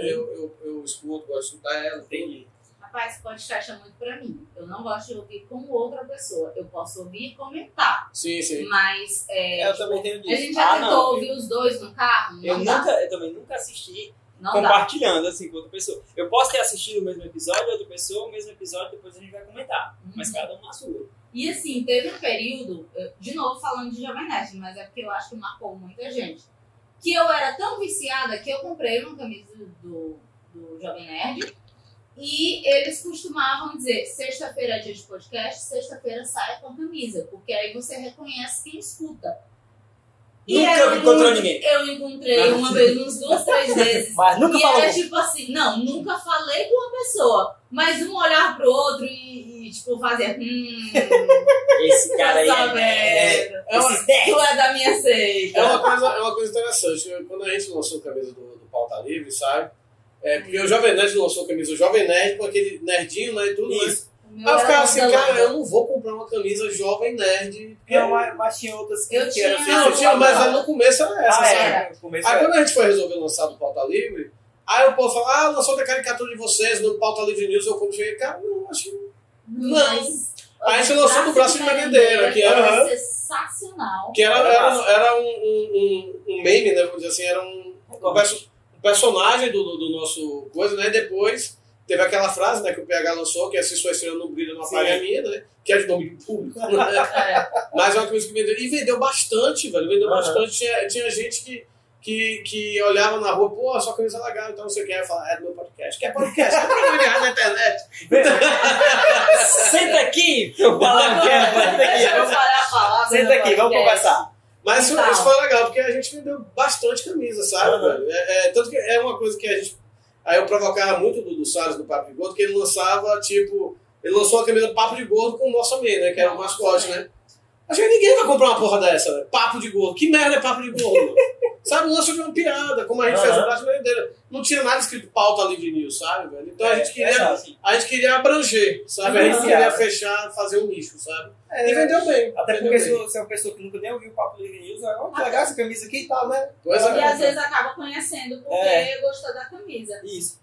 eu escuto, gosto de escutar ela. Entendi. Rapaz, podcast é muito pra mim. Eu não gosto de ouvir com outra pessoa. Eu posso ouvir e comentar. Sim, sim. Mas Eu também tenho a disso. gente já tentou ouvir os dois no carro? Eu Não dá. também nunca assisti Não dá. compartilhando assim com outra pessoa. Eu posso ter assistido o mesmo episódio, outra pessoa, o mesmo episódio, depois a gente vai comentar. Mas cada um na sua. E assim, teve um período, de novo falando de Jovem Nerd, mas é porque eu acho que marcou muita gente, que eu era tão viciada que eu comprei uma camisa do Jovem Nerd e eles costumavam dizer, sexta-feira é dia de podcast, sexta-feira saia com a camisa, porque aí você reconhece quem escuta. Nunca encontrou ninguém. Eu encontrei uma vez, uns 2, 3 vezes. Mas nunca E falou. era tipo assim, não, nunca falei com uma pessoa, mas um olhar pro outro e tipo, fazer, Esse cara aí tá vendo? Tu é da minha seita. É uma coisa interessante. Quando a gente lançou a camisa do Pauta Livre, sabe? Porque o Jovem Nerd lançou a camisa do Jovem Nerd com aquele nerdinho, né? E tudo, Isso. O meu Aí eu era ficava assim, da cara, Landa. eu não vou comprar uma camisa Jovem Nerd. Porque Não, mas tinha outras que Eu tinha- eram Não, tinha, mas no começo era essa, sabe? era. No começo Aí era. quando a gente foi resolver lançar do Pauta Livre, aí o povo falou, lançou da caricatura de vocês no Pauta Livre News, eu comprei, cara, não, acho que... Mas Aí você lançou do Braço de Merendeira, que era sensacional. Que era um meme, né? Vamos dizer assim, era um personagem do nosso coisa, né? E depois teve aquela frase, né, que o PH lançou, que é se sua estrela não brilha, não apague a minha, né? Que é de nome público. Né? Mas é uma coisa que vendeu. E vendeu bastante, velho. Vendeu bastante. Tinha gente que olhava na rua, pô, a sua camisa é legal, então não sei o que. Aí eu falava, é do meu podcast. Que é podcast? É programa de rádio na internet. Senta aqui! Eu falava que era. Senta aqui, Deixa eu falar a palavra. Senta aqui, vamos conversar. Mas Então. isso foi legal, porque a gente vendeu bastante camisa, sabe, velho? Tanto que é uma coisa que a gente... Aí eu provocava muito do Salles, do Papo de Gordo, que ele lançava, tipo... Ele lançou a camisa do Papo de Gordo com o nosso amigo, né? Que era o mascote, né? Acho que ninguém vai comprar uma porra dessa, velho. Papo de Gordo. Que merda é Papo de Gordo? Sabe, lança de uma piada, como a gente fez no Braço de Merendeira. Não tinha nada escrito Pauta Livre News, sabe, velho? Então a gente queria abranger, sabe? A gente queria fechar, fazer um nicho, sabe? E vendeu bem. Até vendeu porque bem. se é uma pessoa que nunca nem ouviu o Papo Livre News, vai pegar essa camisa aqui e tal, né? Pois E é. às vezes acaba conhecendo porque gostou da camisa. Isso.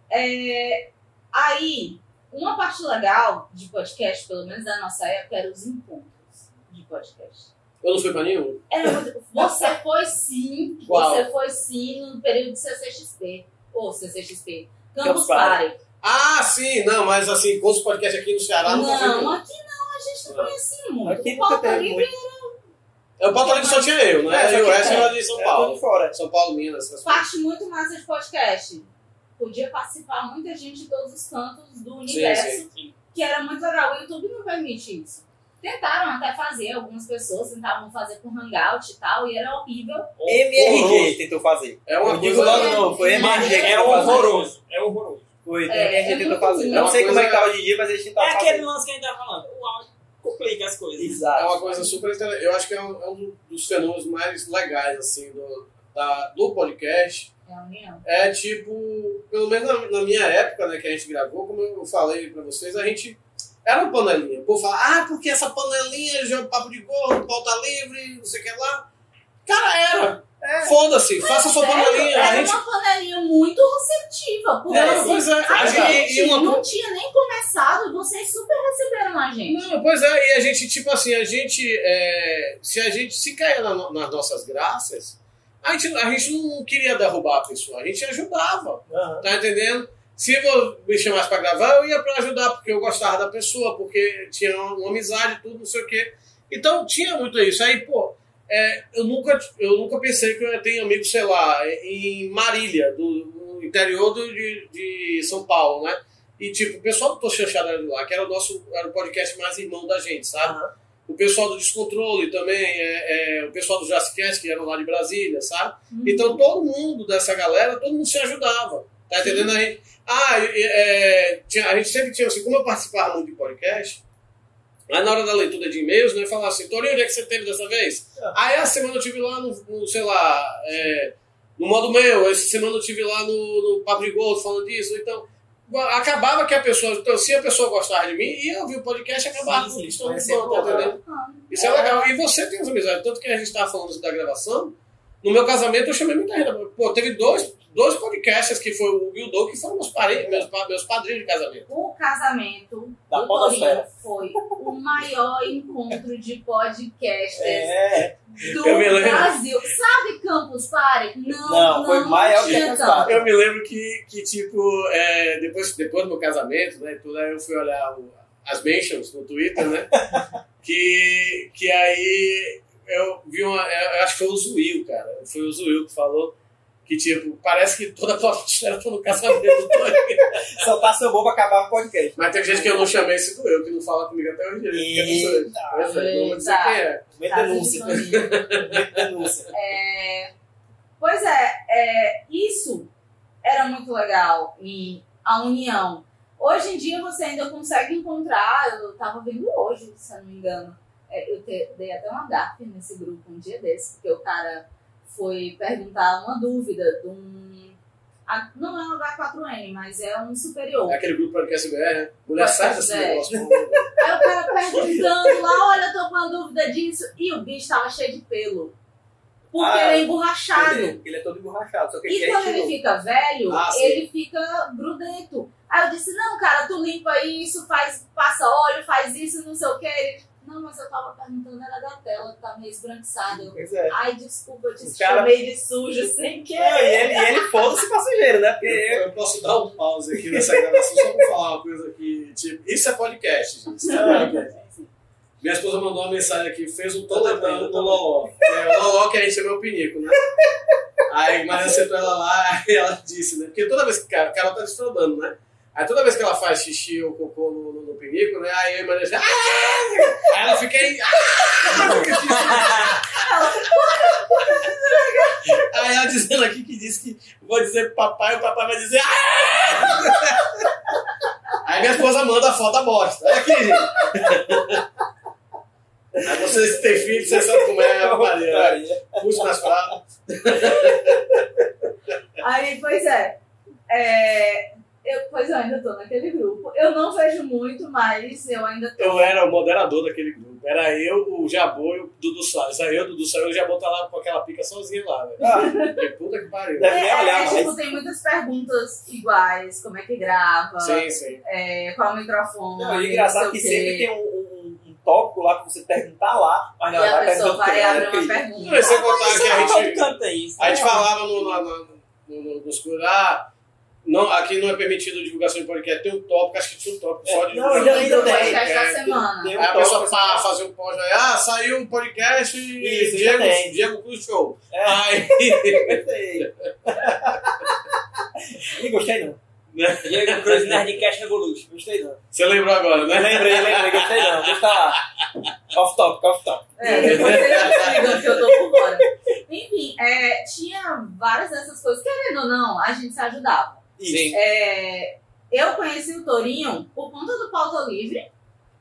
Aí, uma parte legal de podcast, pelo menos da nossa época, era os encontros de podcast. Eu não fui pra nenhum. Você foi sim, Uau. você foi sim no período de CCXP. Ou CCXP. Campus Campus Party. Party. Ah, sim, não, mas assim, com os podcasts aqui no Ceará nunca fui Não, nenhum. aqui não, a gente não conhecia muito. Aqui Aqui O nunca Pauta teve Livre muito. O Pauta Livre só tinha eu, né? E o resto era de São Paulo. De fora. São Paulo, Minas, essas coisas. parte muito massa de podcast. Podia participar muita gente de todos os cantos do universo, que era muito legal. O YouTube não permite isso. Tentaram até fazer, algumas pessoas tentavam fazer com Hangout e tal, e era horrível. MRG tentou fazer. É uma Eu digo coisa... logo não, foi MRG que É tentou fazer. horroroso. É horroroso. Foi, É MRG tentou muito fazer. ruim. Eu não sei como é que Uma tá coisa- hoje em dia, mas eles tentaram É fazer. aquele lance que a gente tá falando. O áudio complica as coisas. Exato. É uma coisa super interessante. Eu acho que é um dos fenômenos mais legais, assim, do podcast. É a união. É tipo, pelo menos na minha época, né, que a gente gravou, como eu falei pra vocês, a gente era uma panelinha. O povo fala, porque essa panelinha já é papo de gordo, pauta livre, não sei o que lá. Cara, era. Foda-se, faça sua panelinha. Era A gente... uma panelinha muito receptiva, porque Não, assim, pois é. a gente E uma... não tinha nem começado e vocês super receberam a gente. Não, pois é, e a gente, tipo assim, se a gente se cair nas nossas graças, a gente não queria derrubar a pessoa, a gente ajudava, tá entendendo? Se eu me chamasse pra gravar, eu ia pra ajudar, porque eu gostava da pessoa, porque tinha uma amizade, tudo, não sei o quê. Então, tinha muito isso. Aí, pô, eu nunca pensei que eu ia ter amigos, sei lá, em Marília, no interior de São Paulo, né? E, tipo, o pessoal do Tô Chanchado era de lá, que era o podcast mais irmão da gente, sabe? O pessoal do Descontrole também, o pessoal do Jazzcast, que eram lá de Brasília, sabe? Então, todo mundo dessa galera, todo mundo se ajudava. Tá entendendo? A gente sempre tinha assim, como eu participava muito de podcast, aí na hora da leitura de e-mails, né, falava assim, Torinho, onde é que você teve dessa vez? Aí essa semana eu tive lá sei lá, no Modo Meu, essa semana eu tive lá no Papo de Gordo falando disso, então acabava que a pessoa, então, se a pessoa gostava de mim, ia ouvir o podcast e acabava com isso, tá entendendo? Isso é legal. E você tem as amizades, tanto que a gente estava falando da gravação, no meu casamento eu chamei muita gente. Pô, teve dois podcasts que foi o Will Doug, que foram meus parentes, meus padrinhos de casamento. O casamento Da do Torinho podosfera. foi o maior encontro de podcasters do Eu me lembro. Brasil. Sabe Campus Party? Não, foi maior que tinha Campus tanto. Party. Eu me lembro que tipo, depois do meu casamento, né, tudo, aí eu fui olhar as mentions no Twitter, né, que aí eu vi eu acho que foi o Zuil, cara, foi o Zuil que falou que, tipo, parece que toda a podosfera tá no casamento do Torinho. Só tá seu bom pra acabar o podcast. Mas tem gente que eu não chamei esse doeu, que não fala comigo até hoje. Pois é, não vou dizer quem é. Meio Caso de denúncia. Torinho. Meio denúncia. Pois isso era muito legal, e a união. Hoje em dia você ainda consegue encontrar, eu tava vendo hoje, se eu não me engano, eu dei até uma gafe nesse grupo um dia desse, porque o cara foi perguntar uma dúvida de não é um H4N, mas é um superior. É aquele grupo podcast BR, mulher certa esse negócio. Aí o cara perguntando lá, olha, eu tô com uma dúvida disso, e o bicho tava cheio de pelo. Porque ele é emborrachado. Ele é todo emborrachado, só que E ele quando ele fica velho, sim. ele fica grudento. Aí eu disse, não, cara, tu limpa isso, passa óleo, faz isso, não sei o que. Ele, não, mas eu tava perguntando, era da tela, tá meio esbranquiçada. Eu, Pois é. ai, desculpa, eu te O cara- chamei de sujo sem Não, querer. e ele foda-se passageiro, né? Porque Eu posso dar um pause aqui nessa gravação só pra falar uma coisa que, tipo, isso é podcast, gente. Isso é podcast. Minha esposa mandou uma mensagem aqui, fez um toletão no Loló. O Loló que a gente chama o Pinico, né? Aí Maria sentou ela lá e ela disse, né? Porque toda vez que a Carol tá desfrudando, né? Aí toda vez que ela faz xixi ou cocô no Pinico, né? Aí a Maria diz, aí ela fica aí, aí ela dizendo aqui que disse que vou dizer pro papai, o papai vai dizer, Aí minha esposa manda a foto da bosta. Olha aqui, gente. Aí vocês que têm filhos, vocês sabem como é a Maria. Puxa nas pratas. Aí, pois eu ainda tô naquele grupo. Eu não vejo muito, mas eu ainda tô. Eu era o moderador daquele grupo. Era eu, o Jabô e o Dudu Soares. Aí eu, o Dudu Soares, o Jabô tá lá com aquela pica sozinho lá, velho. Que puta que pariu. Deve nem olhar mais. Tipo, tem muitas perguntas iguais, como é que grava, Sim, sim. qual o microfone. Não, e é engraçado não que sei o sempre quê. tem um tópico lá que você perguntar lá, mas E não, a pessoa vai abrir uma pergunta. pergunta. Não, sem contar que a gente Canta isso. falava nos coisas, Não, aqui não é permitido divulgação de podcast. Tem um tópico, acho que tinha um tópico só de Não, divulgação. ainda tem. podcast da semana. Tem Aí a tópico, pessoa fazer um post aí, saiu um podcast e Isso, já tem. Diego Cruz Show. É. Aí, Gostei. Nem gostei, não. Diego Cruz Nerdcast Revolution. Gostei, não. você lembrou agora, né? Lembrei, gostei, não. Deixa lá. Off top. Depois vocês explicam que eu tô por fora. Enfim, tinha várias dessas coisas. Querendo ou não, a gente se ajudava. Sim. Eu conheci o Torinho por conta do Pauta Livre.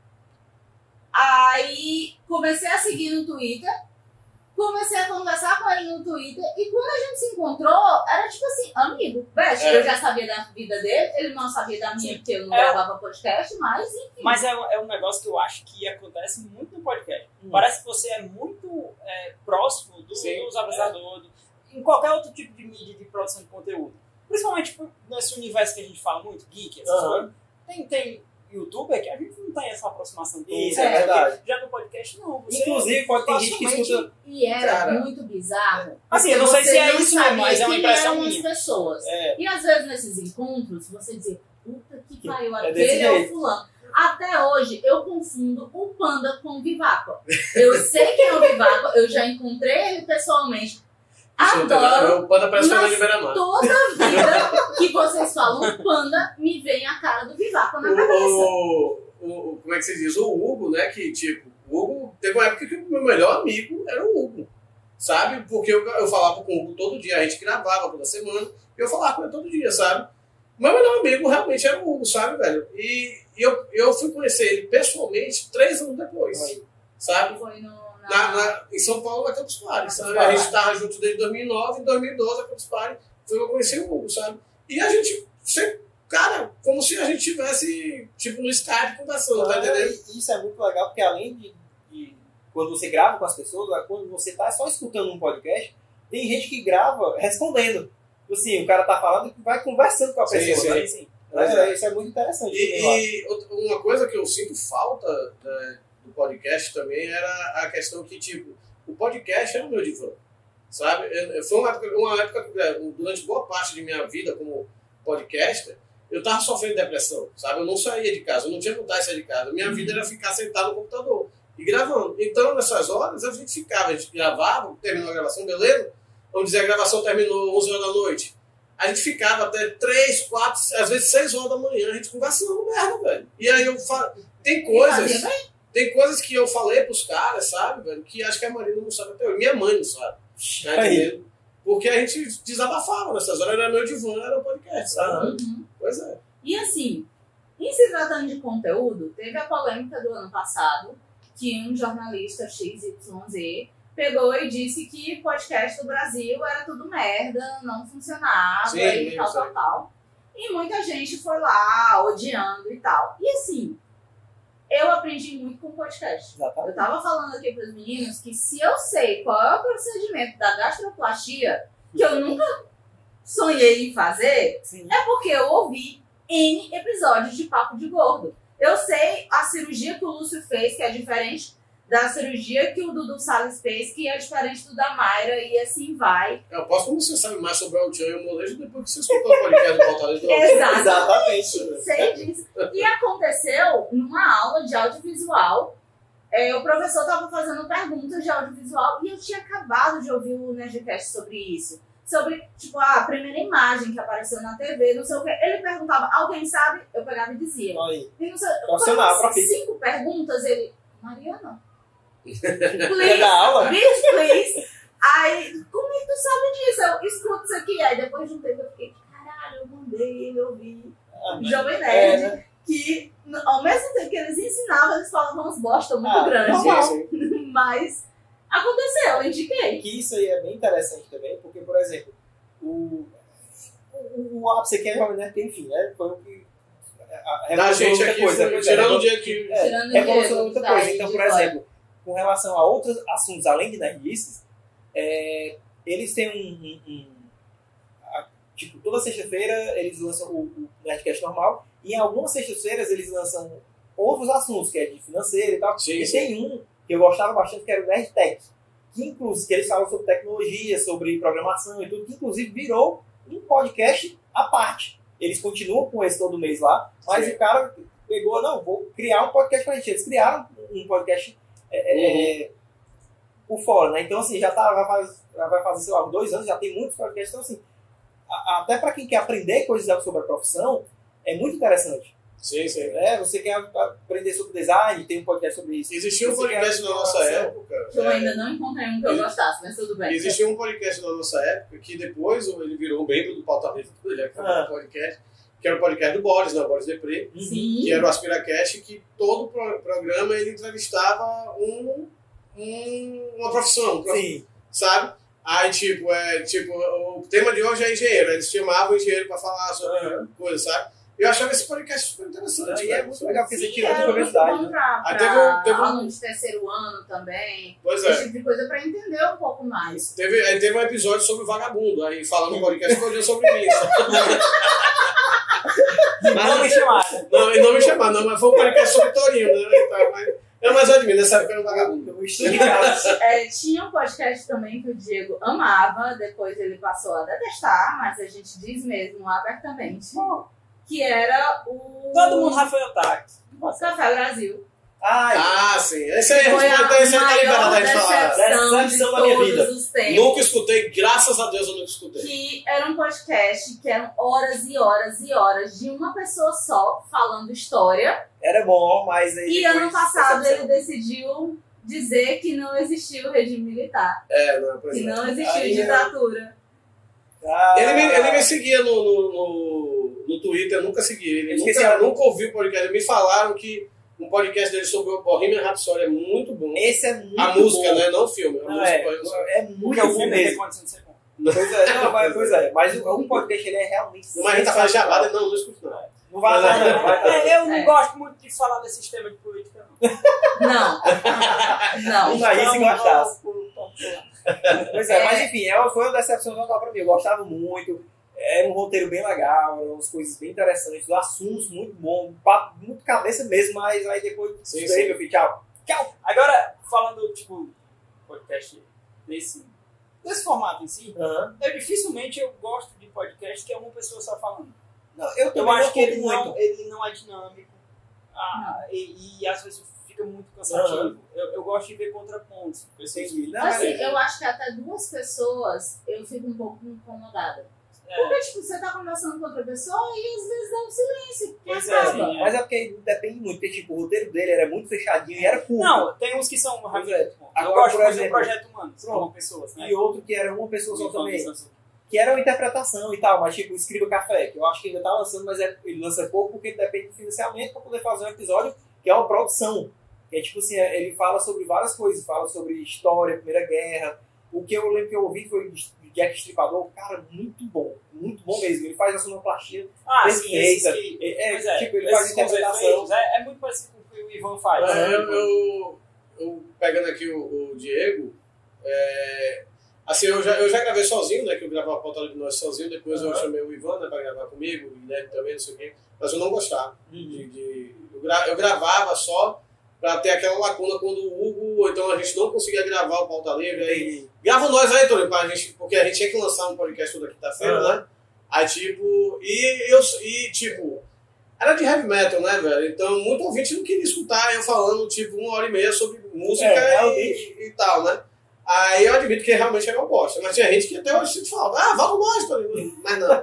Aí comecei a seguir no Twitter. Comecei a conversar com ele no Twitter. E quando a gente se encontrou, era tipo assim, amigo. Best, eu já sabia da vida dele. Ele não sabia da minha, porque eu não gravava podcast. Mas enfim. Mas é um negócio que eu acho que acontece muito no podcast. Parece que você é muito próximo dos apresentadores, em qualquer outro tipo de mídia de produção de conteúdo. Principalmente nesse universo que a gente fala muito, geek, essas coisas. Tem youtuber que a gente não tem essa aproximação toda. Isso, é verdade. Já no podcast, não. Você Inclusive, pode ter gente que escuta... E era Cara, muito bizarro. assim, eu não sei se é Você isso não mesmo, mas é sabia uma quem impressão eram as minha. pessoas. É. E às vezes nesses encontros, você dizia, puta que pariu, É desse aquele é o jeito. fulano. Até hoje, eu confundo o Panda com o Vivaco. Eu sei quem é o Vivaco, eu já encontrei ele pessoalmente. Adoro, O Panda parece mas que vai liberar toda vida que vocês falam Panda, me vem a cara do Vivaco na cabeça. Como é que se diz? O Hugo, né? Que tipo, o Hugo teve uma época que o meu melhor amigo era o Hugo. Sabe? Porque eu falava com o Hugo todo dia, a gente gravava toda semana, e eu falava com ele todo dia, sabe? O meu melhor amigo realmente era o Hugo, sabe, velho? E eu fui conhecer ele pessoalmente 3 anos depois, sabe? Foi Em São Paulo, na Campus Party, sabe? A gente estava junto desde 2009, em 2012 a Campus Party foi eu conheci o Hugo, sabe? E a gente sempre, cara, como se a gente tivesse, tipo, no Skype conversando, tá entendendo? Isso é muito legal, porque além de quando você grava com as pessoas, quando você tá só escutando um podcast, tem gente que grava respondendo. Assim, o cara tá falando e vai conversando com a pessoa. Né? Sim. Isso é muito interessante. E uma coisa que eu sinto falta do podcast também era a questão que, tipo, o podcast era o meu divã, sabe? Foi uma época, durante boa parte de minha vida como podcaster, eu tava sofrendo depressão, sabe? Eu não saía de casa, eu não tinha vontade de sair de casa. Minha vida era ficar sentado no computador e gravando. Então, nessas horas, a gente gravava, terminou a gravação, beleza? Vamos dizer, a gravação terminou 11 horas da noite. A gente ficava até 3, 4, às vezes 6 horas da manhã, a gente conversando merda, velho. E aí eu falo, tem coisas que eu falei pros caras, sabe, velho, que acho que a Marina não sabe até hoje. Minha mãe não sabe. Tá entendendo? Porque a gente desabafava nessas horas, era meu divã, era o podcast, sabe? Uhum. Pois é. E assim, em se tratando de conteúdo, teve a polêmica do ano passado que um jornalista XYZ pegou e disse que podcast do Brasil era tudo merda, não funcionava e tal. E muita gente foi lá odiando e tal. E assim, eu aprendi muito com podcast. Exatamente. Eu tava falando aqui pros meninos que se eu sei qual é o procedimento da gastroplastia, que eu nunca sonhei em fazer, Sim. é porque eu ouvi N episódios de Papo de Gordo. Eu sei a cirurgia que o Lúcio fez, que é diferente da cirurgia que o Dudu Salles fez, que é diferente do da Mayra, e assim vai. Eu posso, como você sabe mais sobre o Altian e o Molejo, depois que você escutou o podcast do Fortaleza do Altian. Exatamente. Sei disso. E aconteceu numa aula de audiovisual. O professor estava fazendo perguntas de audiovisual e eu tinha acabado de ouvir o Nerdcast sobre isso. Sobre, tipo, a primeira imagem que apareceu na TV, não sei o quê. Ele perguntava, alguém sabe? Eu pegava e dizia. Aí. E não sei, Profissional, quando 5 perguntas, ele... Mariana? É Please, da aula? please. Aí, como é que tu sabe disso? Eu escuto isso aqui. Aí depois de um tempo eu fiquei, caralho, eu mandei ele ouvir. Jovem Nerd. né? Que ao mesmo tempo que eles ensinavam, eles falavam uns bosta muito grandes. sim. Mas aconteceu, eu indiquei. Que isso aí é bem interessante também, porque, por exemplo, o ápice aqui é Jovem Nerd, enfim, né? Foi o que Da gente aqui, tirando o dia que... Tirando revolucionou muita daí coisa. Então, de por fora. exemplo, com relação a outros assuntos, além de nerdices, eles têm tipo, toda sexta-feira eles lançam o Nerdcast normal, e em algumas sextas-feiras eles lançam outros assuntos, que é de financeiro e tal. Sim, e sim. tem um que eu gostava bastante, que era o Nerdtech, que eles falam sobre tecnologia, sobre programação e tudo, que inclusive virou um podcast à parte. eles continuam com esse todo mês lá, mas o cara pegou, não, vou criar um podcast pra gente. Eles criaram um podcast por fora, né? Então, assim, vai fazer, sei lá, 2 anos, já tem muitos podcasts. Então, assim, até para quem quer aprender coisas sobre a profissão, é muito interessante. Sim. Você quer aprender sobre design, tem um podcast sobre isso. Existia um podcast na nossa época. Eu ainda não encontrei um que eu gostasse, mas tudo bem. Existia um podcast na nossa época que depois ele virou um membro do Pauta Livre, ele acabou o podcast, que era o podcast do Boris, né? O Boris Depré, que era o AspiraCast, que todo programa ele entrevistava uma profissão, sabe? Aí, o tema de hoje é engenheiro, eles chamavam o engenheiro para falar sobre coisa, sabe? Eu achava esse podcast super interessante. E é muito legal, porque você tirou de curiosidade. Aí teve aluno de terceiro ano também. Pois esse tipo de coisa para entender um pouco mais. Teve um episódio sobre vagabundo, aí falando no podcast todo dia sobre mim. Não me chamaram. Não me chamaram, mas foi um podcast sobre Torinho, né? Mas eu admiro, nessa época era um vagabundo. Tinha um podcast também que o Diego amava, depois ele passou a detestar, mas a gente diz mesmo abertamente. Que era o... Todo mundo já foi otaku. Café Brasil. Sim. Esse aí foi a maior decepção da minha vida. Nunca escutei, graças a Deus eu nunca escutei. Que era um podcast que eram horas e horas e horas de uma pessoa só falando história. Era bom, mas aí... E ano passado ele decidiu dizer que não existiu regime militar. Que não existiu ditadura. Ele me seguia no Twitter, eu nunca segui ele. Nunca ouvi o podcast. Eles me falaram que um podcast dele sobre o Bohemian Rhapsody é muito bom. Esse é muito bom. A música, né? Não o filme. É muito bom mesmo. Pois é. Mas o podcast ele é realmente... Mas a gente tá falando jabada, não escuto não. Não vai lá, eu não gosto muito de falar desse sistema de política, não. Não. Imagina se gostasse. Pois é, mas enfim, foi uma decepção total pra mim. Eu gostava muito. Era um roteiro bem legal, eram umas coisas bem interessantes, assuntos muito bons, papo muito cabeça mesmo, mas aí depois meu filho, tchau. Agora, falando, podcast desse formato em si, eu dificilmente gosto de podcast que é uma pessoa só falando. Não, eu acho que ele não é dinâmico e às vezes fica muito cansativo. Eu gosto de ver contrapontos. Eu acho que até 2 pessoas eu fico um pouco incomodada. Porque, você tá conversando com outra pessoa e às vezes dá um silêncio. Mas é porque depende muito, porque o roteiro dele era muito fechadinho e era curto. Não, tem uns que são Agora, eu gosto por muito exemplo, do Projeto Humano, são pessoas, né? E outro que era uma pessoa só também. Que era uma interpretação e tal, mas Escriba Café, que eu acho que ainda tá lançando, mas ele lança pouco porque depende do financiamento para poder fazer um episódio que é uma produção. Que é ele fala sobre várias coisas, fala sobre história, Primeira Guerra. O que eu lembro que eu ouvi foi Jack Stripador, cara, muito bom mesmo. Ele faz a sonoplastia perfeita. Ele faz interpretação. É muito parecido com o que o Ivan faz. Eu pegando aqui o Diego, assim, eu já gravei sozinho, né? Que eu gravava a pauta de nós sozinho, depois eu chamei o Ivan, né, pra gravar comigo, o Guilherme também, não sei o quê, mas eu não gostava. Eu gravava só pra ter aquela lacuna quando o Hugo, ou então a gente não conseguia gravar o Pauta Livre, aí grava nós aí, Tony, porque a gente tinha que lançar um podcast toda quinta-feira, né? Aí era de heavy metal, né, velho? Então, muito ouvinte não queria escutar eu falando, 1h30 sobre música e tal, né? Aí eu admito que realmente era uma bosta. Mas tinha gente que até hoje se falava, vamos nós, Tony. Mas não.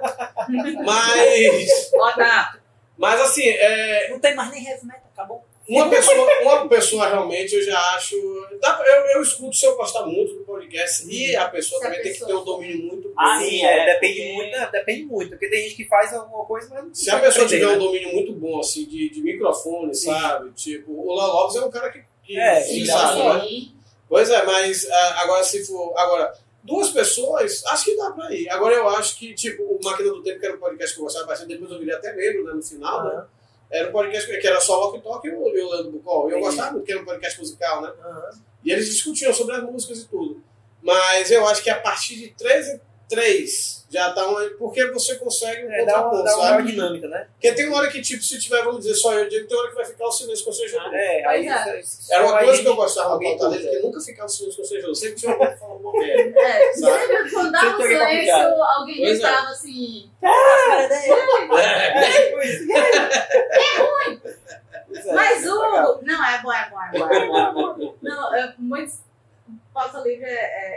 Mas assim, não tem mais nem heavy metal, acabou. Uma pessoa realmente, eu já acho... Eu escuto se eu gostar muito do podcast e a pessoa também tem que ter um domínio muito bom. Depende muito. Porque tem gente que faz alguma coisa, mas... Se a pessoa tiver um domínio muito bom, assim, de microfone, sabe? O Léo Lopes é um cara que sabe, né? Pois é, mas agora se for... Agora, 2 pessoas, acho que dá pra ir. Agora eu acho que, o Máquina do Tempo, que era um podcast que eu gostava bastante, depois eu virei até membro, né, no final, né? Era um podcast que era só Walk Talk e o Leandro Bucol. Eu gostava muito, que era um podcast musical, né? E eles discutiam sobre as músicas e tudo. Mas eu acho que a partir de 3 Já tá porque você consegue Dá uma maior sabe? dinâmica, né? Porque tem uma hora que, tipo, se tiver, vamos dizer, só eu digo, tem uma hora que vai ficar o silêncio constrangedor. Aí Era uma coisa que eu gostava do alguém Pauta Livre, que nunca ficava o silêncio constrangedor. Sempre tinha alguém falando uma merda. Sempre quando dava um Sempre alguém silêncio, alguém Pois é. gritava assim. Mas o. Não, é bom. Não, muitos. Pauta Livre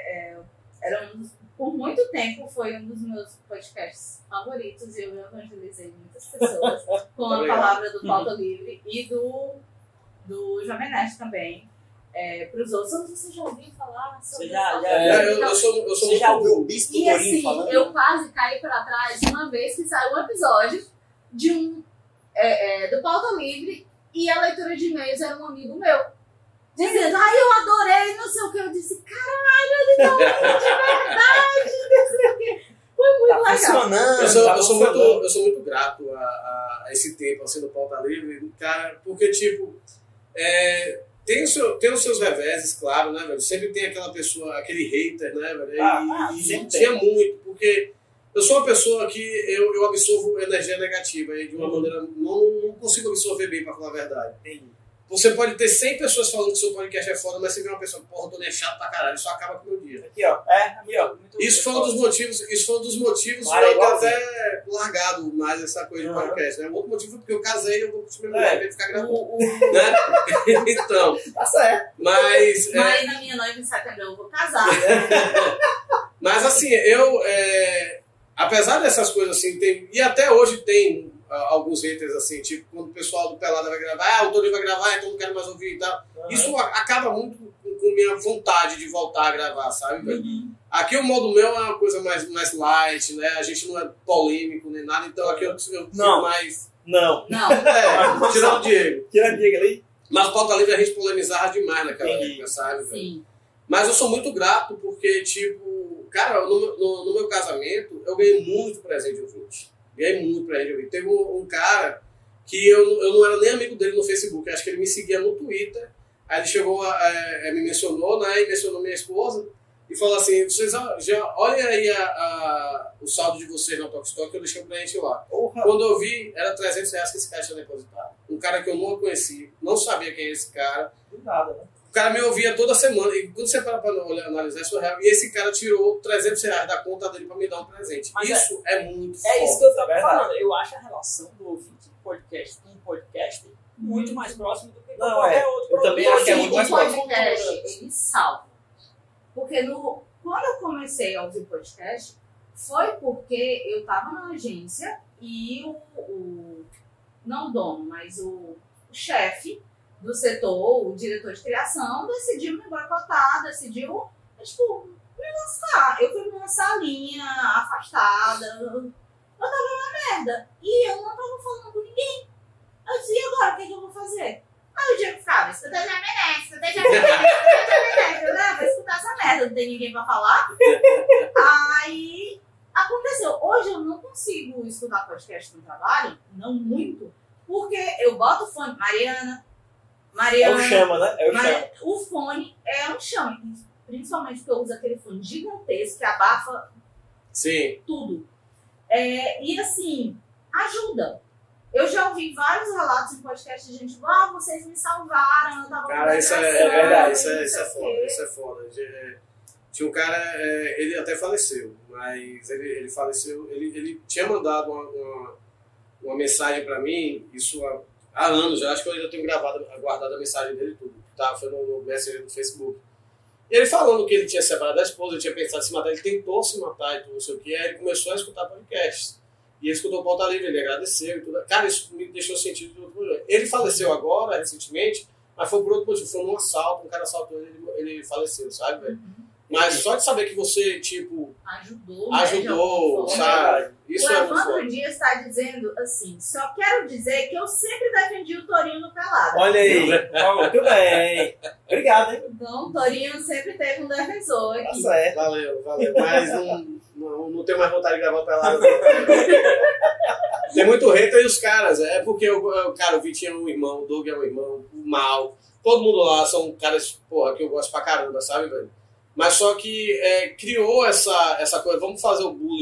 era por muito tempo foi um dos meus podcasts favoritos e eu evangelizei muitas pessoas com a palavra do Pauta Livre e do Jovem Nerd também. Para os outros, você já ouviu falar sobre Eu sou Você já ouviu o Bispo E Torinho assim, falando? eu quase caí para trás uma vez que saiu um episódio de do Pauta Livre e a leitura de e-mails era um amigo meu. Dizendo, eu adorei, não sei o que. Eu disse, caralho, ele tá ouvindo de verdade, não sei o que. Foi muito legal. Funcionando. Eu sou muito grato a esse tempo assim do Pauta Livre, cara, porque, tipo, tem os seus reveses, claro, né, velho? Sempre tem aquela pessoa, aquele hater, né, velho? E tinha muito, porque eu sou uma pessoa que eu absorvo energia negativa e de uma maneira. Não consigo absorver bem, pra falar a verdade. Você pode ter 100 pessoas falando que seu podcast é foda, mas você vê uma pessoa, porra, tô nem chato pra caralho, isso acaba com o meu dia. Aqui, ó. Isso foi um dos motivos de Claro, eu ter até largado mais essa coisa de podcast, né? O outro motivo foi porque eu casei e eu vou curtir minha mulher, ficar gravando. Né? Então. Tá certo. Mas na minha noiva em setembro eu vou casar. mas assim, apesar dessas coisas assim, e até hoje tem alguns haters assim, tipo, quando o pessoal do Pelada vai gravar, o Torinho vai gravar, então não quero mais ouvir e tal. Isso acaba muito com minha vontade de voltar a gravar, sabe, velho? Aqui o modo meu é uma coisa mais light, né? A gente não é polêmico nem nada, então aqui eu fico mais... Não. Tirando o Diego. Tirando o Diego ali. Mas o Pauta Livre a gente polemizava demais naquela época, sabe, velho? Sim. Mas eu sou muito grato porque, tipo, cara, no meu casamento eu ganhei muito presente de ouvinte. Teve um cara que eu não era nem amigo dele no Facebook, acho que ele me seguia no Twitter. Aí ele chegou, me mencionou, né, e mencionou minha esposa e falou assim: vocês já olhem aí o saldo de vocês na Talkstock que eu deixei pra gente lá. Quando eu vi, era R$300 que esse cara tinha depositado. Um cara que eu não conheci, não sabia quem é esse cara. Do nada, né? O cara me ouvia toda semana, e quando você para pra analisar, isso é real. E esse cara tirou R$300 da conta dele pra me dar um presente. Mas isso é muito forte. É isso que eu tava falando. Eu acho a relação do ouvinte do podcast com o podcast muito mais próximo do que qualquer outro eu também acho que é muito mais próximo. O podcast, ele salva. Porque quando eu comecei a ouvir podcast, foi porque eu tava na agência e não o dono, mas o chefe do setor, o diretor de criação, decidiu me boicotar, decidiu, tipo, me lançar. Eu fui numa salinha afastada, eu tava na merda. E eu não tava falando com ninguém. Eu disse, e agora, o que eu vou fazer? Aí o Diego ficava, escuta já merece, vou escutar essa merda, não tem ninguém pra falar. Aí aconteceu. Hoje eu não consigo escutar podcast no trabalho, não muito, porque eu boto o fone, Mariana. É o chama, né? É o chama. O fone é um chama, principalmente porque eu uso aquele fone gigantesco que abafa tudo. E assim, ajuda. Eu já ouvi vários relatos em podcast de gente, vocês me salvaram, eu tava... Cara, isso é verdade, isso é foda. Tinha um cara, ele até faleceu, mas ele faleceu, ele tinha mandado uma mensagem pra mim, isso há anos já, acho que eu ainda tenho guardado a mensagem dele tudo, tá? Foi no Messenger do Facebook. E ele falando que ele tinha separado da esposa, ele tinha pensado em se matar, ele tentou se matar e tudo, não sei o que, aí ele começou a escutar podcasts. E ele escutou o Pauta Livre, ele agradeceu e tudo. Cara, isso me deixou sentido de outro problema. Ele faleceu agora, recentemente, mas foi por outro motivo. Foi num assalto, um cara assaltou ele faleceu, sabe, velho? Mas só de saber que você, tipo... Ajudou, sabe? Isso é muito foda. O foda. Dias está dizendo assim, só quero dizer que eu sempre defendi o Torinho no Pelado. Olha aí, muito bem. Obrigado, hein? Então, o Torinho sempre teve um defensor aqui. Tá certo. Valeu. Mas não tenho mais vontade de gravar Pelado. Tem muito hater e os caras. É porque o Vitinho é um irmão, o Doug é um irmão, o Mal. Todo mundo lá são caras, porra, que eu gosto pra caramba, sabe, velho? Mas só que criou essa coisa, vamos fazer o bullying com o Torinho.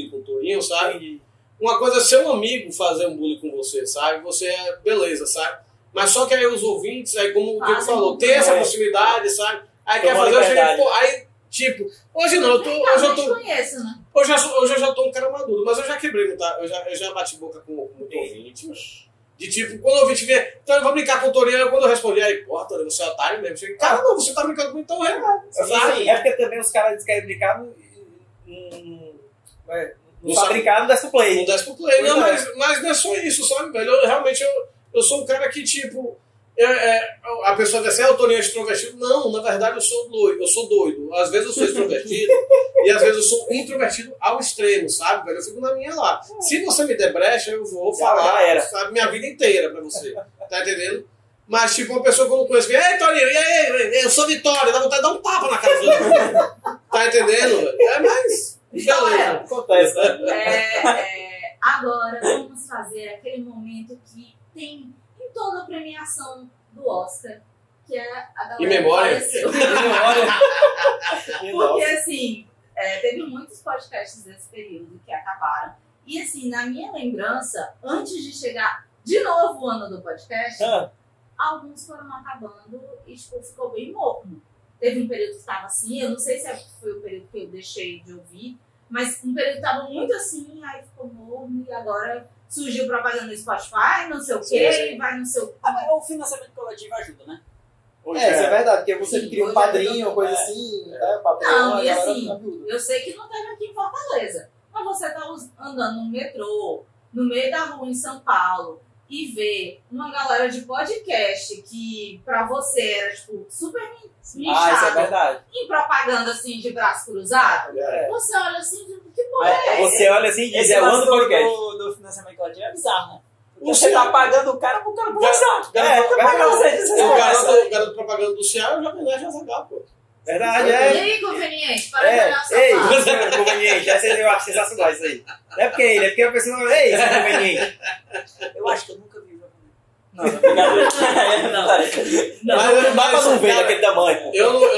Torinho, sabe? Uma coisa é ser um amigo fazer um bullying com você, sabe? Você é beleza, sabe? Mas só que aí os ouvintes, aí como o Diego falou, tem essa possibilidade, sabe? Aí quer fazer, eu cheguei, pô, aí, tipo, hoje não, hoje eu tô... conheço, né? Hoje eu já tô um cara maduro, mas eu já quebrei, tá? Eu já bati boca com muito ouvinte. De tipo, quando o ouvinte vê, então eu vou brincar com o Torinho, quando eu respondi, aí, porra, Torinho, você é otário mesmo. Eu cheguei, cara, não, você tá brincando comigo, então Assim, é porque também os caras querem brincar não tá brincando no Desktop Play. No Desktop Play, não, mas não é só isso, sabe, velho? Eu sou um cara que, tipo, a pessoa diz assim, o Torinho é extrovertido. Não, na verdade eu sou doido. Às vezes eu sou extrovertido e às vezes eu sou introvertido ao extremo, sabe, velho? Eu fico na minha lá. Se você me der brecha, eu vou falar, sabe, minha vida inteira pra você. Tá entendendo? Mas, tipo, uma pessoa que eu não conheço, ei, Torinho, e aí, eu sou Vitória, dá vontade de dar um tapa na cara dele. Tá entendendo, velho? É mais... Vitória, acontece, né? agora vamos fazer aquele momento que tem em toda a premiação do Oscar, que é a galera em memória. faleceu. Porque, assim, teve muitos podcasts desse período que acabaram. E, assim, na minha lembrança, antes de chegar de novo o ano do podcast, alguns foram acabando e, tipo, ficou bem morno. Teve um período que estava assim, eu não sei se foi o período que eu deixei de ouvir, mas um período que estava muito assim, aí ficou morno e agora surgiu propaganda no Spotify, não sei o quê, e vai no seu... O financiamento coletivo ajuda, né? Isso é verdade, porque você cria um padrinho, uma coisa assim, Não, e assim, eu sei que não teve aqui em Fortaleza, mas você tá andando no metrô, no meio da rua em São Paulo, e ver uma galera de podcast que pra você era, tipo, super nichado, isso é verdade. em propaganda, assim, de braço cruzado, você olha assim, que porra é você olha assim e diz, é o ano do podcast. Do financiamento coletivo é bizarro, né? Você tá pagando o cara pro cara começar. O garoto propaganda do Ceará, eu já homenagem a Zagal, pô. Verdade, E aí, conveniente, para de olhar o sofá. Conveniente, eu acho sensacional isso aí. Não é porque ele, é porque a pessoa não é isso, conveniente. Eu acho que eu nunca vi. Não, brincadeira. Não dá pra não ver daquele tamanho.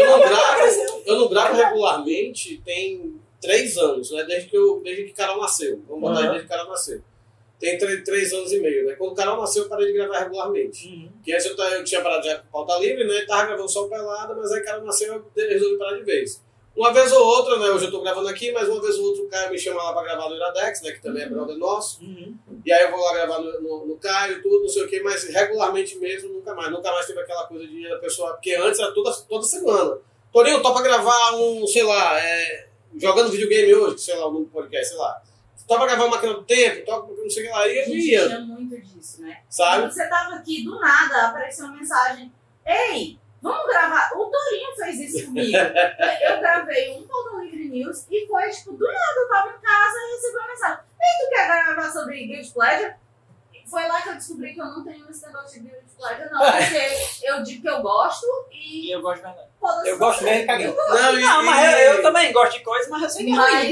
Eu não gravo regularmente tem 3 anos, né? Desde que Carol nasceu. Vamos botar aí, desde que Carol nasceu. Tem 3 anos e meio, né? Quando o Carol nasceu, eu parei de gravar regularmente. Porque antes eu tinha parado já com pauta livre, né? Tava gravando só o Pelada, mas aí Carol nasceu, eu resolvi parar de vez. Uma vez ou outra, né? Hoje eu tô gravando aqui, mas uma vez ou outra o Caio me chama lá pra gravar no Iradex, né? Que também é brother nosso. E aí eu vou lá gravar no Caio, tudo, não sei o quê, mas regularmente mesmo, nunca mais. Nunca mais teve aquela coisa de a pessoa... Porque antes era toda semana. Torinho, topa gravar sei lá, jogando videogame hoje, sei lá, o nome do podcast, sei lá. Topa gravar uma máquina do tempo, topa não sei o que lá, e eu ia. Tinha muito disso, né? Sabe? Quando você tava aqui, do nada, apareceu uma mensagem. Ei, vamos gravar. O Torinho fez isso comigo. Eu gravei um Pauta Livre News e foi, tipo, do nada, eu tava em casa e recebi uma mensagem. Ei, tu quer gravar sobre Guilty Pleasure? Foi lá que eu descobri que eu não tenho esse negócio de Guilty Pleasure, não. Porque eu digo que eu gosto e... eu gosto de verdade. Eu gosto mesmo, caguei. Mas eu também gosto de coisas, mas eu sei que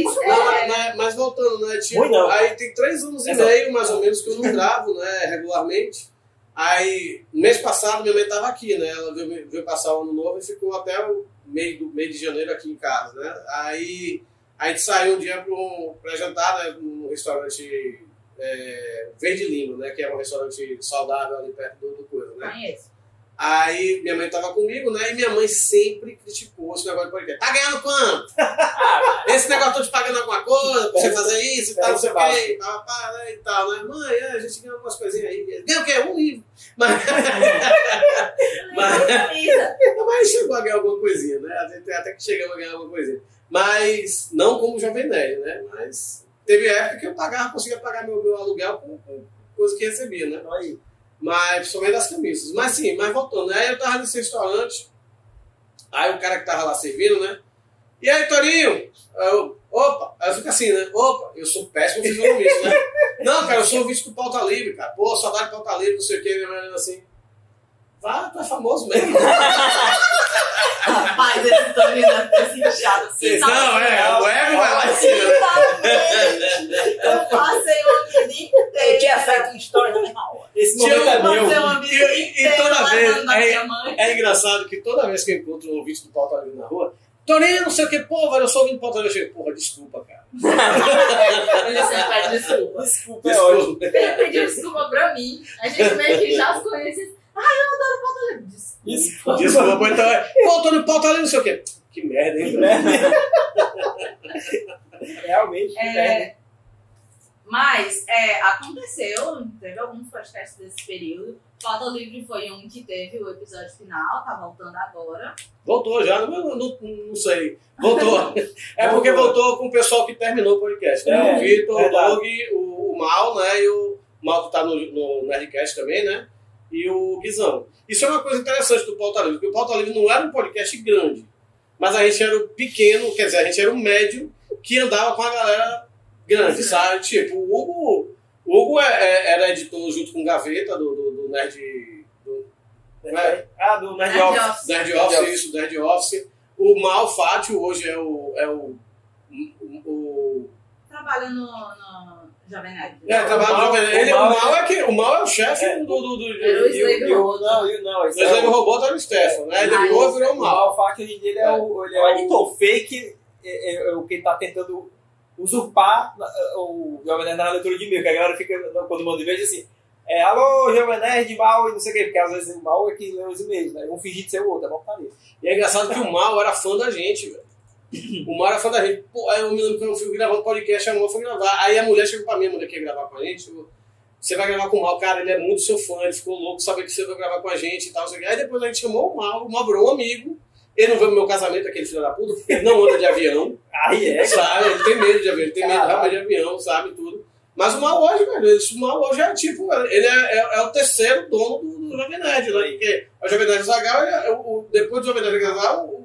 mas voltando, né? Tipo, não. aí tem 3 anos e meio, mais ou menos, que eu não gravo, né? Regularmente. Aí, mês passado, minha mãe tava aqui, né? Ela veio passar o ano novo e ficou até o mês de janeiro aqui em casa, né? Aí a gente saiu um dia pra jantar, né? Num restaurante Verde Lima, né? Que é um restaurante saudável ali perto do coisa, né? Conheço. Aí minha mãe tava comigo, né? E minha mãe sempre criticou esse negócio de podcast. Tá ganhando quanto? Esse negócio tô te pagando alguma coisa pra você fazer isso e tal, não sei o quê, né, e tal, né? Mãe, a gente ganha algumas coisinhas aí. Ganha o quê? Um livro. Mas chegou a ganhar alguma coisinha, né? Até que chegamos a ganhar alguma coisinha. Mas não como Jovem Nerd, né? Mas teve época que eu conseguia pagar meu aluguel com coisa que recebia, né? Aí. Mas, principalmente das camisas. Mas sim, voltando, né? Aí eu tava nesse restaurante, aí o cara que tava lá servindo, né? E aí, Torinho? Aí eu fico assim, né? Opa, eu sou péssimo fisionomista, né? Não, cara, eu sou ouvinte do Pauta Livre, cara. Pô, saudade do Pauta Livre, não sei o que, minha mãe assim. Vá, tu é famoso mesmo. Rapaz, esse Torinho deve ter se inchado. Não, o ego vai lá em cima. Eu passei uma vida inteira. Eu tinha feito uma história da mesma hora. Esse momento é meu. E toda vez, é engraçado que toda vez que eu encontro um ouvinte do Pauta Livre na rua, Torinho, não sei o que, pô, velho, eu sou ouvindo Pauta Livre. Eu cheguei, porra, desculpa, cara. Ele sempre pede desculpa. Desculpa, é ótimo. Ele pediu desculpa pra mim. A gente meio que já se conhece. Eu adoro Pauta Livre. Desculpa. Desculpa, então pô, Torinho, Pauta Livre, não sei o que. Que merda, hein? Realmente, que merda. Mas aconteceu, teve alguns podcasts desse período. Pauta Livre foi um que teve o episódio final, tá voltando agora. Voltou já, não sei. Voltou. É porque voltou com o pessoal que terminou o podcast, né? O Vitor, o Doug, o Mal, né? E o Mal que tá no Nerdcast também, né? E o Guizão. Isso é uma coisa interessante do Pauta Livre, porque o Pauta Livre não era um podcast grande, mas a gente era o pequeno, quer dizer, a gente era o médio que andava com a galera grande, sabe? Tipo, o Hugo era editor junto com o Gaveta do Nerd... do Nerd Office. Nerd Office, isso, Nerd Office. O Mal Fátio hoje é o trabalha no Jovem Nerd. Trabalha no Jovem Nerd. O Mal é o chefe do... Era o Slave Robot. Não. O Slave Robot era o Stefan, né? Depois virou o O Mal. Mal Fátio, hoje em dia, ele é o editor fake, o que tá tentando usurpar o Jovem Nerd na leitura de e-mail, que a galera fica, quando manda e-mail, diz assim, alô, Jovem Nerd, Mal, e não sei o quê, porque às vezes o Mal é que lê os e-mails, né? Vão fingir de ser o outro, é bom ali. E é engraçado que o Mal era fã da gente, velho. O Mal era fã da gente. Pô, aí eu me lembro que eu fui gravar um podcast, a mulher foi gravar. Aí a mulher chegou pra mim, a mulher que ia gravar com a gente, você vai gravar com o Mal, cara, ele é muito seu fã, ele ficou louco saber que você vai gravar com a gente e tal, não sei o quê. Aí depois a gente chamou o Mal virou um amigo. Ele não veio no meu casamento, aquele filho da puta, porque ele não anda de avião. Sabe? Ele tem medo de avião, ele tem medo realmente de avião, sabe? Tudo. Mas o Mal hoje, velho, o Mal hoje é tipo, ele é o terceiro dono do Jovem Nerd, né? Porque o Jovem Nerd Zagal, depois do Jovem Nerd Zagal,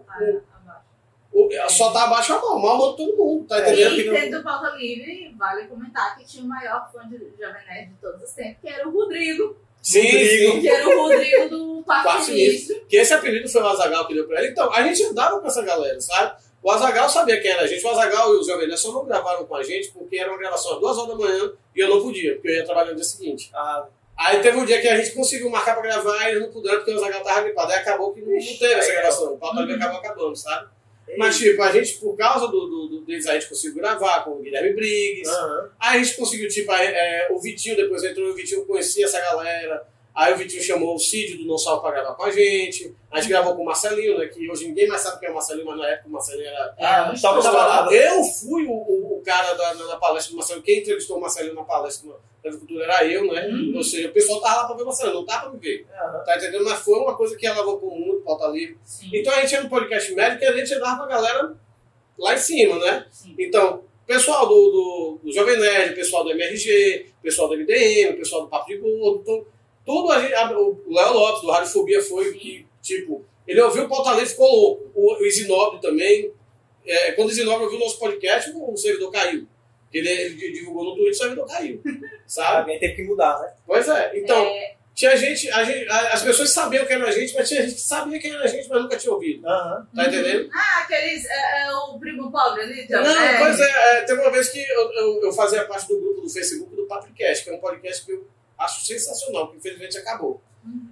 só tá abaixo a Mal. O Mal manda todo mundo, tá entendendo? E dentro do Pauta Livre, vale comentar que tinha o maior fã de Jovem Nerd de todos os tempos, que era o Rodrigo. Sim. Que era o Rodrigo do Quarto Sinistro. Que esse apelido foi o Azaghal que deu pra ele. Então, a gente andava com essa galera, sabe? O Azaghal sabia quem era a gente. O Azaghal e o Jovem Nerd só não gravaram com a gente porque era uma gravação às 2 horas da manhã e eu não podia, porque eu ia trabalhar no dia seguinte. Aí teve um dia que a gente conseguiu marcar pra gravar e eles não puderam porque o Azaghal tava gripado. Aí acabou que não teve essa gravação. O Pauta Livre acabou acabando, sabe? Mas, tipo, a gente, por causa deles, a gente conseguiu gravar com o Guilherme Briggs. Aí a gente conseguiu, tipo, o Vitinho depois entrou e o Vitinho conhecia essa galera. Aí o Vitinho chamou o Cid do Não Salvo pra gravar com a gente. A gente gravou com o Marcelinho, né? Que hoje ninguém mais sabe quem é o Marcelinho, mas na época o Marcelinho era... Eu fui o cara na palestra do Marcelinho. Quem entrevistou o Marcelinho na palestra da Cultura era eu, né? Ou seja, o pessoal tava lá pra ver o Marcelinho, não tava pra me ver. Tá entendendo? Mas foi uma coisa que alavancou muito, Pauta Livre. Sim. Então a gente era um podcast médio que a gente dava pra galera lá em cima, né? Sim. Então, pessoal do Jovem Nerd, pessoal do MRG, pessoal do MDM, pessoal do Papo de Gordo, então... Tudo o Léo Lopes, do Radiofobia, foi que, tipo, ele ouviu o Pauta Livre e ficou louco. O Isinobre também. Quando o Isinobre ouviu o nosso podcast, o servidor caiu. Ele divulgou no Twitter, o servidor caiu. Sabe? Alguém teve que mudar, né? Pois é. Então, tinha gente, as pessoas sabiam quem era a gente, mas tinha gente que sabia quem era a gente, mas nunca tinha ouvido. Tá entendendo? Aqueles. O primo pobre ali, então. Não, pois é. Teve uma vez que eu fazia parte do grupo do Facebook do Papricast, que é um podcast que eu acho sensacional, que infelizmente acabou.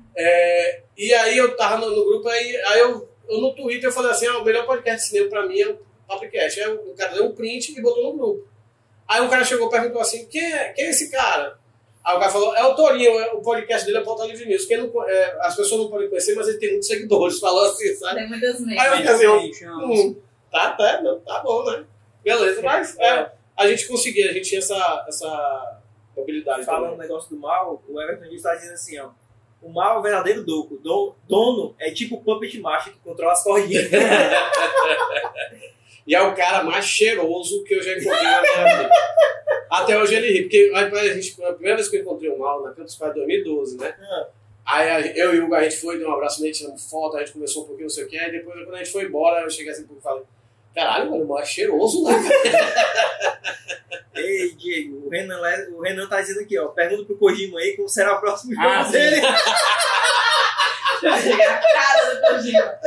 E aí eu tava no grupo, aí eu no Twitter eu falei assim, o melhor podcast de cinema pra mim é o Papricast. Aí o cara deu um print e botou no grupo. Aí um cara chegou e perguntou assim, quem é esse cara? Aí o cara falou, é o Torinho, o podcast dele é o Pauta Livre News. As pessoas não podem conhecer, mas ele tem muitos seguidores, falou assim, sabe? Tem muitas memes. Aí eu fiquei assim, tá bom, né? Beleza, mas a gente conseguia, a gente tinha essa mobilidade. Falando um negócio do Mal, o Everton está dizendo assim, ó, o Mal é o verdadeiro dono é tipo o Puppet Master que controla as cordinhas. E é o cara mais cheiroso que eu já encontrei na minha vida. Até hoje ele ri, porque a primeira vez que eu encontrei o Mal na Campus Party 2012, né? Aí eu e o Hugo, a gente foi, deu um abraço nele, tiramos foto, a gente conversou um pouquinho, não sei o que, aí depois quando a gente foi embora, eu cheguei assim e falei, caralho, mano, o Mal é cheiroso, né? Ei, Diego, o Renan tá dizendo aqui, ó, pergunta pro Kojima aí como será o próximo jogo dele. Já cheguei na casa do Kojima.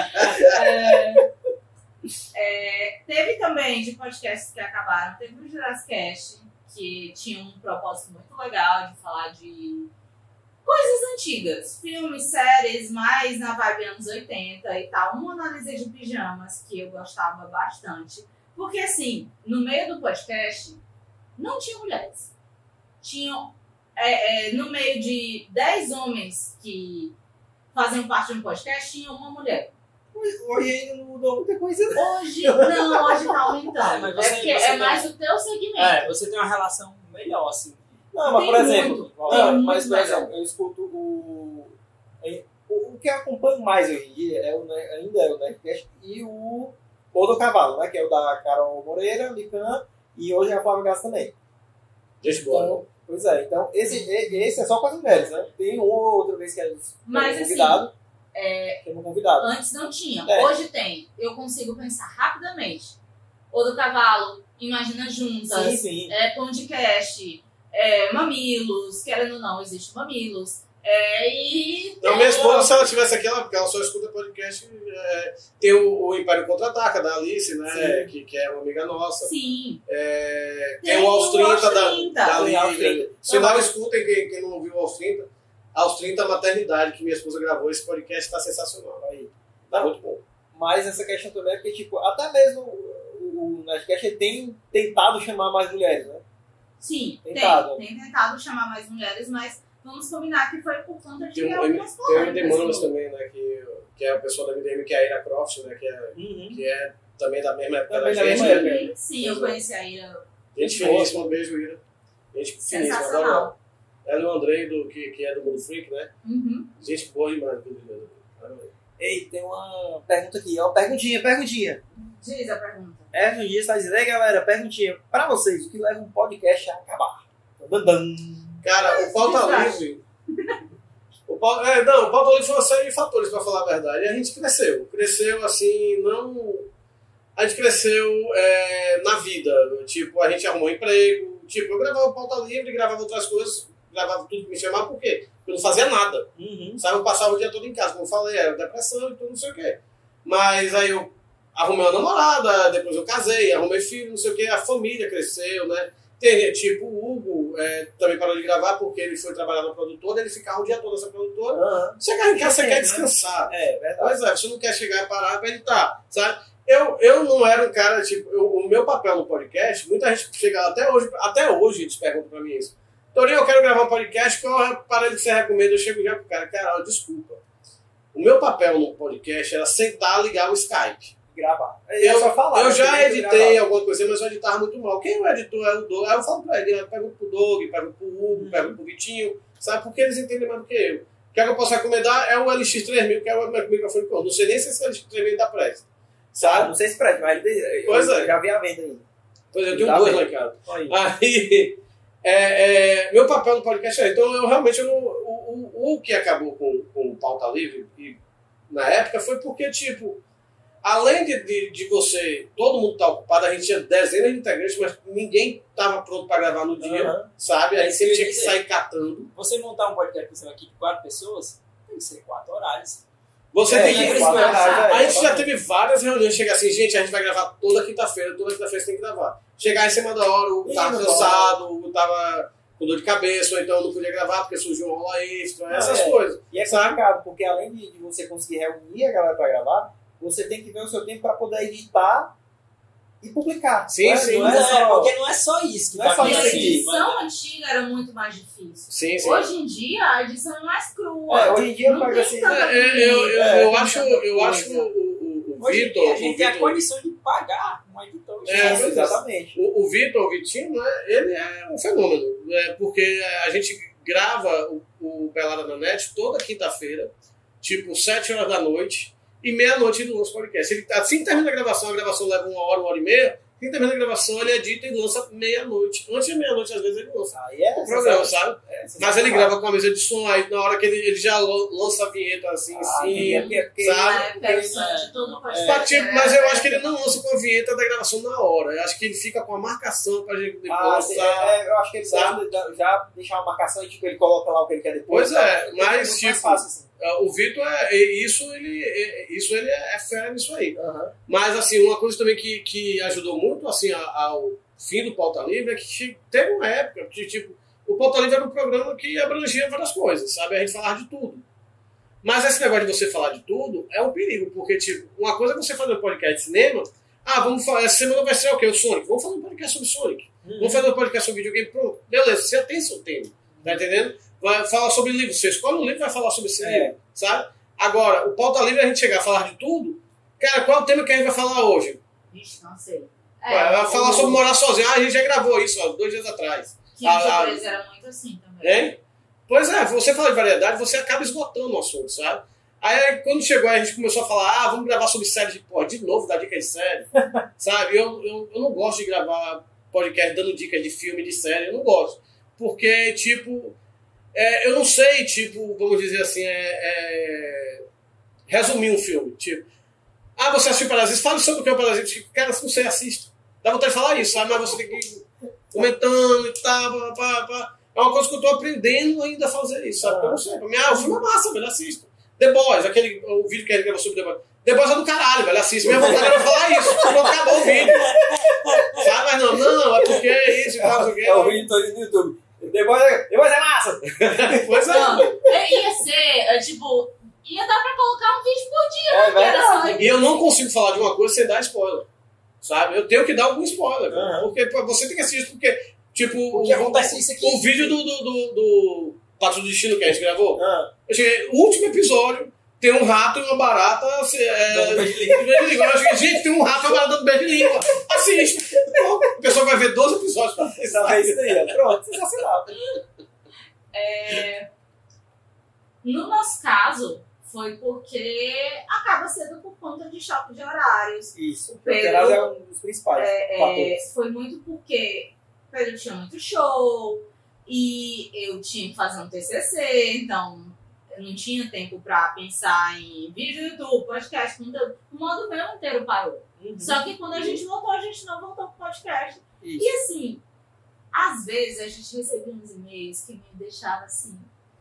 Teve também de podcasts que acabaram, teve o Jurassic Cast, que tinha um propósito muito legal de falar de Coisas antigas, filmes, séries, mais na vibe anos 80 e tal. Uma Analisa de Pijamas, que eu gostava bastante. Porque, assim, no meio do podcast, não tinha mulheres. Tinham, no meio de 10 homens que fazem parte de um podcast, tinha uma mulher. Hoje ainda não mudou muita coisa, não. Hoje tá aumentando. Mas Porque você é tem- mais o teu segmento. Você tem uma relação melhor, assim. Não, mas Tem por exemplo, muito, tem muito mas, por melhor. exemplo, eu escuto o que eu acompanho mais hoje em dia ainda é o Nerdcast e o do Cavalo, né? Que é o da Carol Moreira, Mican, e hoje é a Flávia Gás também. Gente boa. Então, pois é, então esse é só com as mulheres, né? Tem uma ou outra vez que eles Mas, têm um convidado. É, Tem um convidado. antes não tinha. É. Hoje tem. Eu consigo pensar rapidamente. O do Cavalo, Imagina Juntas, Sim, sim. Podcast, Mamilos, querendo ou não, existe Mamilos. E Então, minha esposa, se ela estivesse aqui, porque ela só escuta podcast, tem o Império Contra-Ataca, da Alice, né? Que é uma amiga nossa. sim, Tem o Aos 30 da Tem Aos 30. Lívia. Se não escutem, quem não ouviu o Aos 30, Aos 30 a Maternidade, que minha esposa gravou, esse podcast está sensacional. Aí. Tá muito bom. Mas essa questão também é porque, tipo, até mesmo o Nerdcast ele tem tentado chamar mais mulheres, né? sim, Tentado. tem tentado chamar mais mulheres, mas vamos combinar que foi por conta de Tem algumas o polêmicas. Demandas também, né? Que é a pessoa da MDM, que é a Ira Croft, né? Que é também da mesma época Também da da gente. mesma né? época. Sim, eu conheci a Ira. Gente finíssima, um beijo, Ira. Gente finíssima, adoro ela. Sensacional. Ela e o Andrei, que é do Mundo Freak, né? Uhum. Gente boa demais. Adoro. Ei, tem uma pergunta aqui, ó. Perguntinha. Diz a pergunta. Essa um dia está dizendo, ei galera, perguntinha. Pra vocês, o que leva um podcast a acabar? Dandan. Cara, o Pauta Livre. O Pauta Livre foi uma série de fatores, pra falar a verdade. E a gente cresceu. Cresceu assim, não. A gente cresceu na vida. Tipo, a gente arrumou emprego. Tipo, eu gravava o Pauta Livre, gravava outras coisas, gravava tudo que me chamava, por quê? Porque eu não fazia nada. Sabe, eu passava o dia todo em casa, como eu falei, era depressão e tudo, não sei o quê. Mas aí eu arrumei uma namorada, depois eu casei, arrumei filho, não sei o quê, a família cresceu, né? Tem, tipo, o Hugo também parou de gravar porque ele foi trabalhar na produtora, ele ficava o dia todo nessa produtora. Chegar em casa, você quer descansar. É, verdade. Pois é, você não quer chegar e parar pra editar, sabe? Eu não era um cara, tipo, o meu papel no podcast, muita gente chega até hoje eles perguntam pra mim isso. Torinho, eu quero gravar um podcast, qual é o aparelho que você recomenda? Eu chego já pro cara, desculpa. O meu papel no podcast era sentar, ligar o Skype. Gravar. Eu já editei alguma coisa, mas eu editava muito mal. Quem é o editor é o Doug. Aí eu falo pra ele, eu pergunto pro Doug, pergunto pro Hugo, pergunto pro Vitinho, sabe? Porque eles entendem mais do que eu. O que eu posso recomendar é o LX3000, que é o meu microfone. Não sei nem se esse LX3000 dá presta. Sabe? Não sei se presta, mas Pois eu já vi a venda ainda. Pois é, eu tenho Tá dois bem. lá em casa. Aí. Aí, meu papel no podcast é. Então, eu realmente, o que acabou com o Pauta Livre, e, na época, foi porque, tipo, além de você, todo mundo tá ocupado, a gente tinha dezenas de integrantes, mas ninguém tava pronto para gravar no dia, sabe? A gente sempre tinha que sair catando. Você montar um podcast com aqui com 4 pessoas, tem que ser 4 horários. Você tem que. A gente já tem. teve várias reuniões, chegar assim, gente, a gente vai gravar toda quinta-feira você tem que gravar. Chegar em cima da hora, o tava cansado, o tava com dor de cabeça, ou então não podia gravar porque surgiu uma rola extra, essas coisas. E é complicado, porque além de você conseguir reunir a galera para gravar, você tem que ver o seu tempo para poder editar e publicar. Sim, sim. Não é só... Porque não é só isso que Não é só E isso a aqui. edição antiga era muito mais difícil. Sim, sim. Hoje em dia, a edição é mais crua. Hoje em dia eu Não pego tem assim... tanta Eu tem acho tanta o Hoje em Vitor. dia a gente tem a condição de pagar um editor. Exatamente. O Vitor, o Vitinho, né, ele é um fenômeno. Porque a gente grava o Pelada na Net toda quinta-feira, tipo 7 horas da noite, e meia-noite ele lança o podcast. Assim que termina a gravação leva 1 hora e meia. Assim que termina a gravação, ele edita e lança meia-noite. Antes de meia-noite, às vezes, ele lança Aí é o programa, sabe? Mas ele grava grava com a mesa de som, aí na hora que ele já lança a vinheta assim em cima. Sabe? Pega o som de todo o podcast. Mas eu acho que ele não lança com a vinheta da gravação na hora. Eu acho que ele fica com a marcação pra gente depois lançar. eu acho que ele sabe? já deixar uma marcação e tipo, ele coloca lá o que ele quer depois. Pois é, Então, mas muito mais tipo, fácil, assim. o Vitor ele é fera nisso aí. Mas assim, uma coisa também que ajudou muito assim ao fim do Pauta Livre é que teve uma época que tipo, o Pauta Livre era um programa que abrangia várias coisas, sabe? A gente falava de tudo. Mas esse negócio de você falar de tudo é um perigo, porque, tipo, uma coisa é você fazer um podcast de cinema, vamos falar, essa semana vai ser o quê? O Sonic. Vamos fazer um podcast sobre Sonic. Vamos fazer um podcast sobre videogame. Pronto, beleza, você tem seu tema, tá entendendo? Vai falar sobre livro, você escolhe um livro e vai falar sobre esse livro, sabe? Agora, o Pauta Livre, a gente chegar a falar de tudo, cara, qual é o tema que a gente vai falar hoje? Ixi, não sei. Vai falar sobre morar sozinho. A gente já gravou isso, 2 dias atrás. Que a empresa era muito assim também. Hein? Pois é, você fala de variedade, você acaba esgotando o assunto, sabe? Aí quando chegou, a gente começou a falar, vamos gravar sobre série de novo, dar dica de série, sabe? Eu não gosto de gravar podcast dando dicas de filme, de série, eu não gosto. Porque, tipo, eu não sei, tipo, vamos dizer assim, resumir um filme, tipo, você assistiu Parasita, fala sobre o que é o Parasita, cara, não sei, assista. Dá vontade de falar isso, sabe? Mas você tem que ir comentando e tal, É uma coisa que eu tô aprendendo ainda a fazer isso, sabe? Porque eu não sei. Pra mim, o filme é massa, velho, assisto. The Boys, o vídeo que a gente gravou sobre The Boys. The Boys é do caralho, velho, assiste. Minha vontade era falar isso, não acabou o vídeo. Sabe? Mas não, é porque é isso e tal, não sei o quê. É o vídeo todo no YouTube. The Boys é massa! Pois é. Não, ia ser, tipo, ia dar pra colocar um vídeo por dia, né? Era só E eu não consigo falar de uma coisa sem dar spoiler. Sabe? Eu tenho que dar algum spoiler. Porque você tem que assistir, porque, tipo, porque acontece isso aqui. O vídeo do Pato do Destino que a gente gravou, o último episódio tem um rato e uma barata. Gente, tem um rato e uma barata dando beijo de língua. Assiste. O pessoal vai ver 12 episódios pra Então é isso aí, pronto, sensacional. No nosso caso, foi porque acaba sendo por conta de choque de horários. Isso, o Pedro Pedro é um dos principais fatores. Foi muito porque Pedro tinha muito show e eu tinha que fazer um TCC, então eu não tinha tempo pra pensar em vídeo do YouTube, podcast, conteúdo. O modo meu inteiro parou. Só que quando a gente voltou, a gente não voltou pro podcast. Isso. E assim, às vezes a gente recebia uns e-mails que me deixavam assim,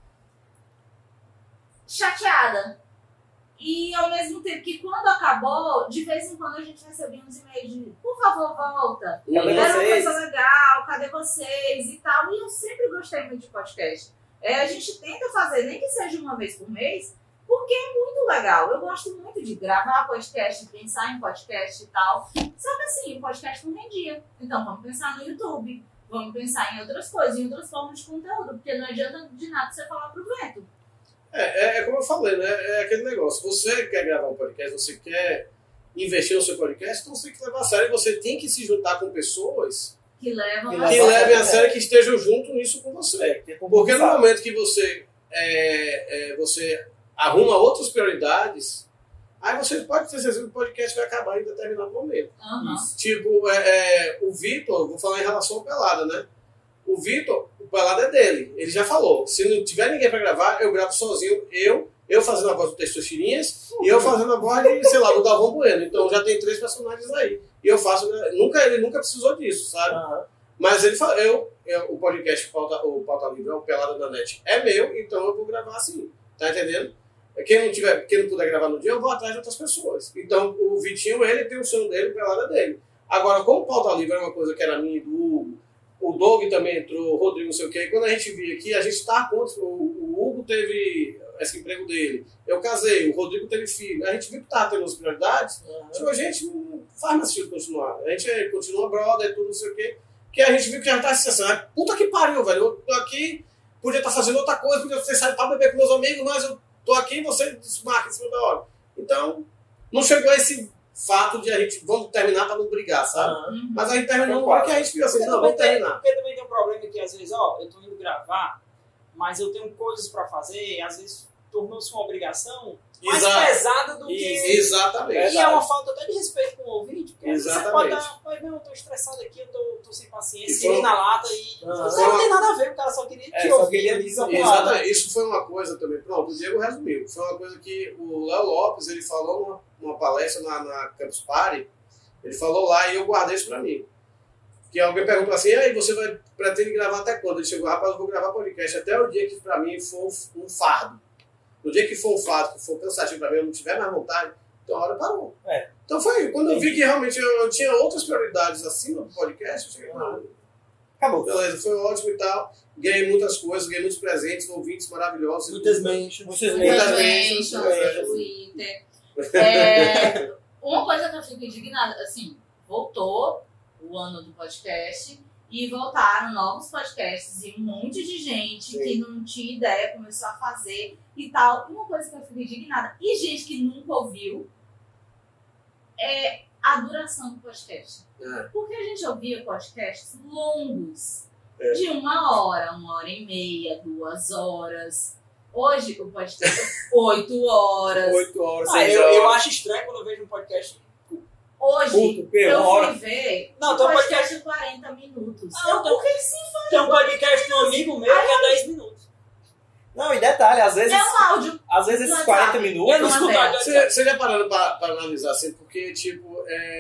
chateada. E ao mesmo tempo que quando acabou, de vez em quando a gente recebia uns e-mails de por favor, volta. Cadê Era uma vocês? coisa legal, cadê vocês e tal. E eu sempre gostei muito de podcast. A gente tenta fazer, nem que seja uma vez por mês, porque é muito legal. Eu gosto muito de gravar podcast, pensar em podcast e tal. Só que assim, o podcast não rendia. Então vamos pensar no YouTube, vamos pensar em outras coisas, em outras formas de conteúdo, porque não adianta de nada você falar pro vento. É como eu falei, né? É aquele negócio. Você quer gravar um podcast, você quer investir no seu podcast, então você tem que levar a sério. Você tem que se juntar com pessoas Que levam que levem a sério, que estejam junto nisso com você. Porque no momento que você arruma outras prioridades, aí você pode ter certeza que o podcast vai acabar em determinado momento. Tipo, o Vitor, vou falar em relação ao Pelada, né? O Vitor, o Pelada é dele. Ele já falou, se não tiver ninguém pra gravar, eu gravo sozinho, eu fazendo a voz do Testosterinhas e eu fazendo a voz de, sei lá, do Galvão Bueno. Então já tem 3 personagens aí. E eu faço, ele nunca precisou disso, sabe? Mas ele fala, o podcast, o Pauta Livre, o Pelada da Net é meu, então eu vou gravar assim, tá entendendo? Quem não puder gravar no dia, eu vou atrás de outras pessoas. Então o Vitinho, ele tem o sonho dele, o Pelada dele. Agora, como o Pauta Livre é uma coisa que era minha e do Hugo, o Doug também entrou, o Rodrigo, não sei o quê. E quando a gente via aqui, a gente está contra. O Hugo teve esse emprego dele. Eu casei, o Rodrigo teve filho. A gente viu que estava tendo as prioridades. Tipo, a gente não faz mais sentido continuar. A gente continua brother e tudo, não sei o quê. Que a gente viu que já está se acessando. Puta que pariu, velho. Eu tô aqui, podia estar fazendo outra coisa, podia ter saído para beber com meus amigos, mas eu tô aqui e você desmarca em cima da hora. Então, não chegou a esse fato de a gente vamos terminar para não brigar, sabe? Mas a gente terminou porque a gente fica assim, não, vamos terminar. Porque também tem um problema que às vezes, eu tô indo gravar, mas eu tenho coisas para fazer, e às vezes tornou-se uma obrigação mais pesada do que... Exatamente. E é uma falta até de respeito com o ouvinte, porque às vezes você pode Exatamente. dar, não, eu tô estressado aqui, eu tô sem paciência, E foi- e na lata, e não tem nada a ver, o cara só queria te só ouvir. queria desafiar. Exatamente. Isso foi uma coisa também. Pronto, o Diego resumiu. Foi uma coisa que o Léo Lopes, ele falou numa palestra na Campus Party, ele falou lá e eu guardei isso pra mim. Que alguém perguntou assim, e aí, você pretende gravar até quando? Ele chegou, rapaz, eu vou gravar podcast até o dia que pra mim for um fardo. No dia que for um fardo, que for cansativo pra mim, eu não tiver mais vontade, então a hora parou. Então foi, quando eu vi que realmente eu tinha outras prioridades acima do podcast, eu cheguei, não, Acabou. Beleza, foi ótimo e tal. Ganhei muitas coisas, ganhei muitos presentes, ouvintes maravilhosos. Muitas mentions. Muitas Mentions, mentions. Twitter. Uma coisa que eu fico indignada, assim, voltou o ano do podcast e voltaram novos podcasts e um monte de gente que não tinha ideia começou a fazer e tal. Uma coisa que eu fico indignada, e gente que nunca ouviu, é a duração do podcast. Porque a gente ouvia podcasts longos, de 1 hora, 1h30, 2 horas. Hoje o podcast é 8 horas. 8 horas, 6 Eu horas. acho estranho quando eu vejo um podcast. Hoje Curto, eu uma hora. fui ver Não, um tem um podcast de 40 minutos. Não, tem- Porque sim, Tem um podcast de um amigo meu que é 10 minutos. Não, e detalhe, às vezes, é um áudio. esses WhatsApp. 40 Eu não minutos... Uma escuto. vez. Você já parando para analisar assim, porque, tipo,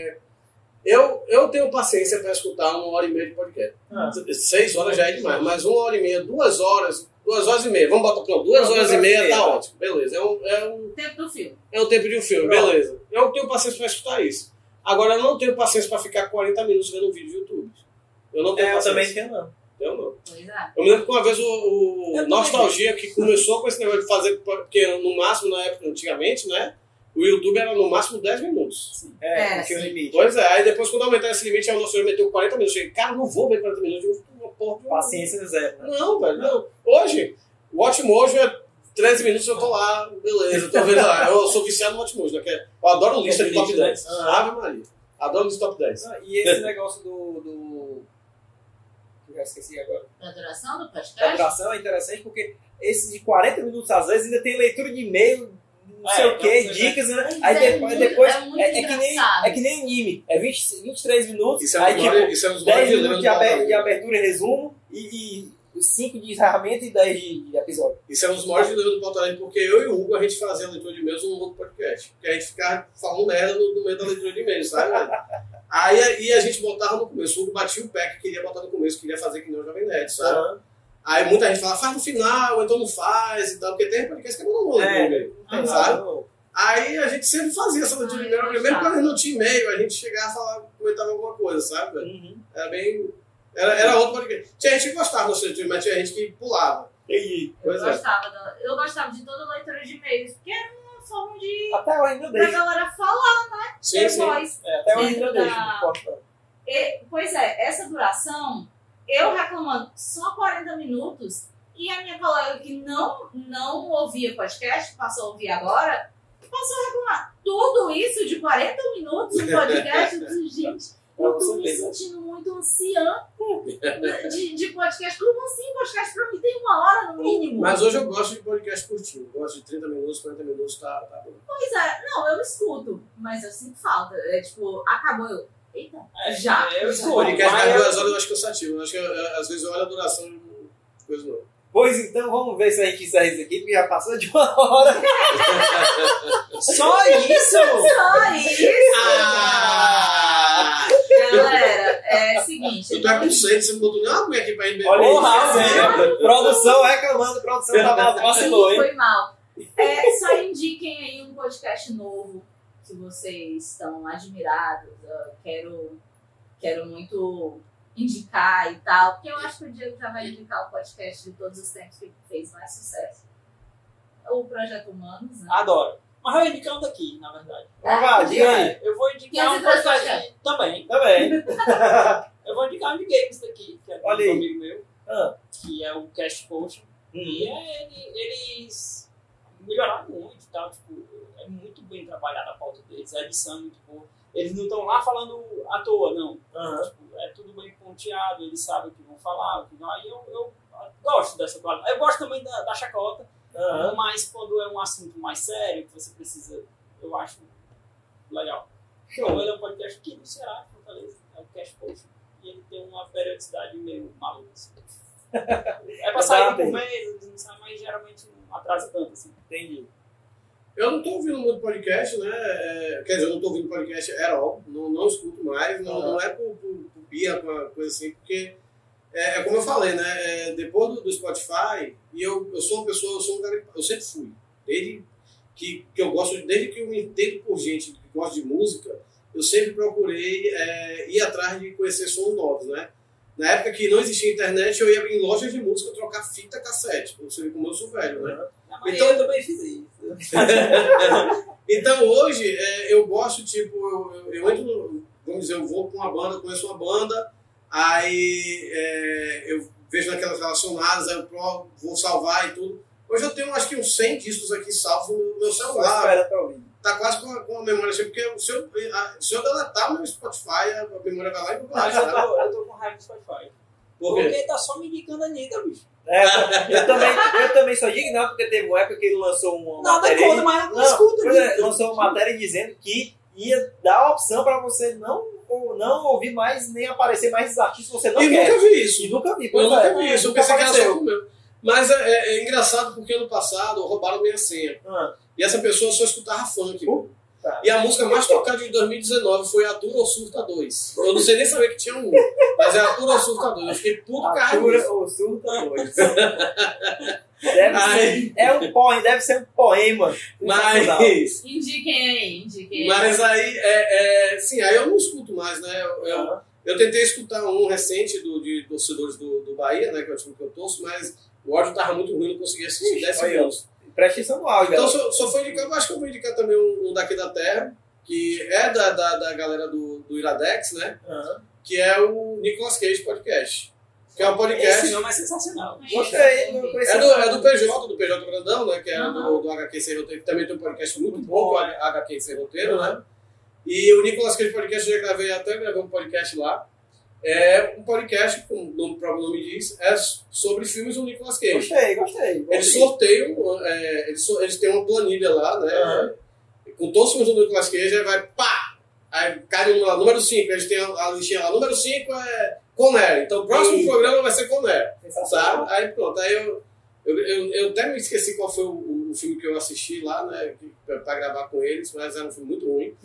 eu tenho paciência para escutar 1h30 de podcast. 6 horas já é demais, mas 1h30, 2 horas, 2 horas e meia. Vamos botar pronto, 2 horas e meia tá ótimo. Beleza, Tempo do filme. é o tempo de um filme, beleza. Eu tenho paciência para escutar isso. Agora, eu não tenho paciência para ficar 40 minutos vendo um vídeo do YouTube. Eu não tenho Eu paciência. também tenho, não. Eu não. Pois é. Eu me lembro que uma vez o Eu Nostalgia, que começou com esse negócio de fazer, porque no máximo, na época, antigamente, né? O YouTube era no máximo 10 minutos. Tinha um sim. limite. Pois é, aí depois quando aumentaram esse limite, aí o Nostalgia meteu 40 minutos. Eu cheguei, cara, não vou ver 40 minutos de uma porra. Paciência zero, né? Não, velho, não. Hoje, o Watchmojo é 13 minutos, eu tô lá, beleza, tô vendo lá. Eu sou viciado no Watchmojo, né? Eu adoro lista de top 10. Ave Maria. Adoro lista de top 10. E esse negócio do... Eu já esqueci agora. Da duração do Da podcast? duração é interessante porque esse de 40 minutos, às vezes, ainda tem leitura de e-mail, não sei o então que, você dicas, né? Mas Aí depois é muito que nem, engraçado. é que nem anime. É 23 minutos, Isso é aí um tipo, isso é um dos 10 maiores minutos de abertura e resumo e 5 de encerramento e 10 de episódio. Isso é um dos maiores dilemas do Pautarelli, porque eu e o Hugo, a gente fazia a leitura de e-mails num outro podcast. Porque a gente ficava falando merda no meio da leitura de e-mails, sabe? velho? Aí a gente botava no começo. O Hugo batia o pé que queria botar no começo, queria fazer que nem o Jovem Nerd, sabe? Aí muita gente fala, faz no final, ou então não faz e tal, porque tem podcast que é monólogo, Tem, sabe? Aí a gente sempre fazia essa leitura de e-mail. Primeiro, quando a gente não tinha e-mail, a gente chegava e falava, comentava alguma coisa, sabe? velho? Era bem... Era outro podcast. Tinha gente que gostava do leitura de e-mail, mas tinha gente que pulava. Entendi. Pois é. Eu gostava de toda a leitura de e-mails, porque era uma forma de Até hoje ainda pra deixo. galera falar, Sim, ter sim. voz. Até hoje Dentro ainda deixo. da- Não importa, não. Pois é, essa duração, eu reclamando só 40 minutos, e a minha colega que não ouvia podcast, passou a ouvir agora, passou a reclamar. Tudo isso de 40 minutos no podcast, eu disse, gente, eu tô me sentindo muito anciã de podcast. Como assim? Podcast pra mim tem 1 hora no mínimo. Mas hoje eu gosto de podcast curtinho. Eu gosto de 30 minutos, 40 minutos, tá bom. Pois é, não, eu escuto, mas eu sinto falta. É tipo, acabou, eu. Eita, já? Eu O escuto. podcast mas das eu- 2 horas eu acho cansativo. Eu acho que às vezes eu olho a duração e coisa não. Pois então, vamos ver se a gente encerra isso aqui, porque já passou de 1 hora. Só isso? Só isso! Ah! Galera, é o seguinte. Eu tô com sede, você não botou nem uma aguinha aqui pra gente beber. Olha aí, Porra, né? Produção reclamando, produção vacilou, hein? Foi mal. Só indiquem aí um podcast novo que vocês estão admirados. Eu quero muito indicar e tal, porque eu acho que o Diego já vai indicar o podcast de todos os tempos que fez mais sucesso. O Projeto Humanos, né? Adoro. Mas eu vou indicar um daqui, na verdade. Vai, diga aí. Eu vou indicar um 502 podcast também. Também. Eu vou indicar um de games daqui, que é de um Olha aí. amigo meu, Ah. que é o Cast Potion. E eles melhoraram muito e tal, tipo, é muito bem trabalhada a pauta deles, a edição é muito boa. Eles não estão lá falando à toa, não. Aham. Tipo, é tudo bem ponteado, eles sabem o que vão falar, o que não. Aí eu gosto dessa qualidade. Eu gosto também da chacota, Aham. mas quando é um assunto mais sério, que você precisa, eu acho legal. Show. Então ele é um podcast aqui no Ceará, Fortaleza, é o Cash Potion, e ele tem uma periodicidade meio maluca. Assim. É pra sair por mês, não sai, mas geralmente não atrasa tanto assim. Entendi. Eu não tô ouvindo muito podcast, né? Quer dizer, eu não tô ouvindo podcast at all, não escuto mais, não é por pia, com uma coisa assim, porque é como eu falei, né? Depois do Spotify, e eu sou uma pessoa, eu sou um cara, eu sempre fui, desde que eu gosto, desde que eu me entendo por gente que gosta de música, eu sempre procurei ir atrás de conhecer sons novos, né? Na época que não existia internet, eu ia em lojas de música trocar fita cassete. Você vê como eu sou velho, né? Então eu também fiz isso. Então hoje eu gosto, tipo, eu entro, vamos dizer, eu vou com uma banda, conheço uma banda, aí eu vejo naquelas relacionadas, aí eu vou salvar e tudo. Hoje eu tenho acho que uns 100 discos aqui salvos no meu celular. Tá quase com a memória cheia, porque se eu deletar o meu Spotify, a memória vai lá e vai lá. Eu tô com raiva do Spotify. Por quê? Porque tá só me indicando a Anitta, bicho. Eu também sou indignado porque teve uma época que ele lançou uma Nada matéria. contra, mas não escuta. Lançou uma matéria dizendo que ia dar a opção para você não ouvir mais, nem aparecer mais esses artistas que você não quer. Nunca vi isso. E nunca vi. Eu nunca vi isso. Eu pensei que era só o o meu. Mas é engraçado porque ano passado roubaram minha senha. E essa pessoa só escutava funk. Tá. E a música mais tocada de 2019 foi Atura ou Surta 2. Eu não sei nem saber que tinha um, mas é Atura ou Surta 2. Eu fiquei puto carregado. Atura ou Surta 2. Deve ser um poema. Mas... Indiquem aí. Mas aí, sim, aí eu não escuto mais, né? Eu tentei escutar um recente de torcedores do Bahia, né? Que é o time que eu torço, mas o áudio estava muito ruim, não conseguia assistir 10 segundos. Presta atenção no áudio. Então só foi indicar, acho que eu vou indicar também um daqui da Terra, que é da galera do Iradex, né? Que é o Nicolas Cage Podcast. Que é um podcast. Esse nome é sensacional. Gostei. É do PJ Brandão, né? Que é do HQ Sem Roteiro, que também tem um podcast muito bom, que é o HQ Sem Roteiro, né? E o Nicolas Cage Podcast, eu já gravei um podcast lá. É um podcast, como o próprio nome diz, é sobre filmes do Nicolas Cage. Gostei. Eles sorteiam, eles têm uma planilha lá, né? Com todos os filmes do Nicolas Cage, aí vai, pá! Aí cai no número 5, eles têm a listinha lá, número 5 é Conner, então o próximo programa vai ser Conner, sabe? Aí pronto, aí eu até me esqueci qual foi o filme que eu assisti lá, né, pra gravar com eles, mas era um filme muito ruim.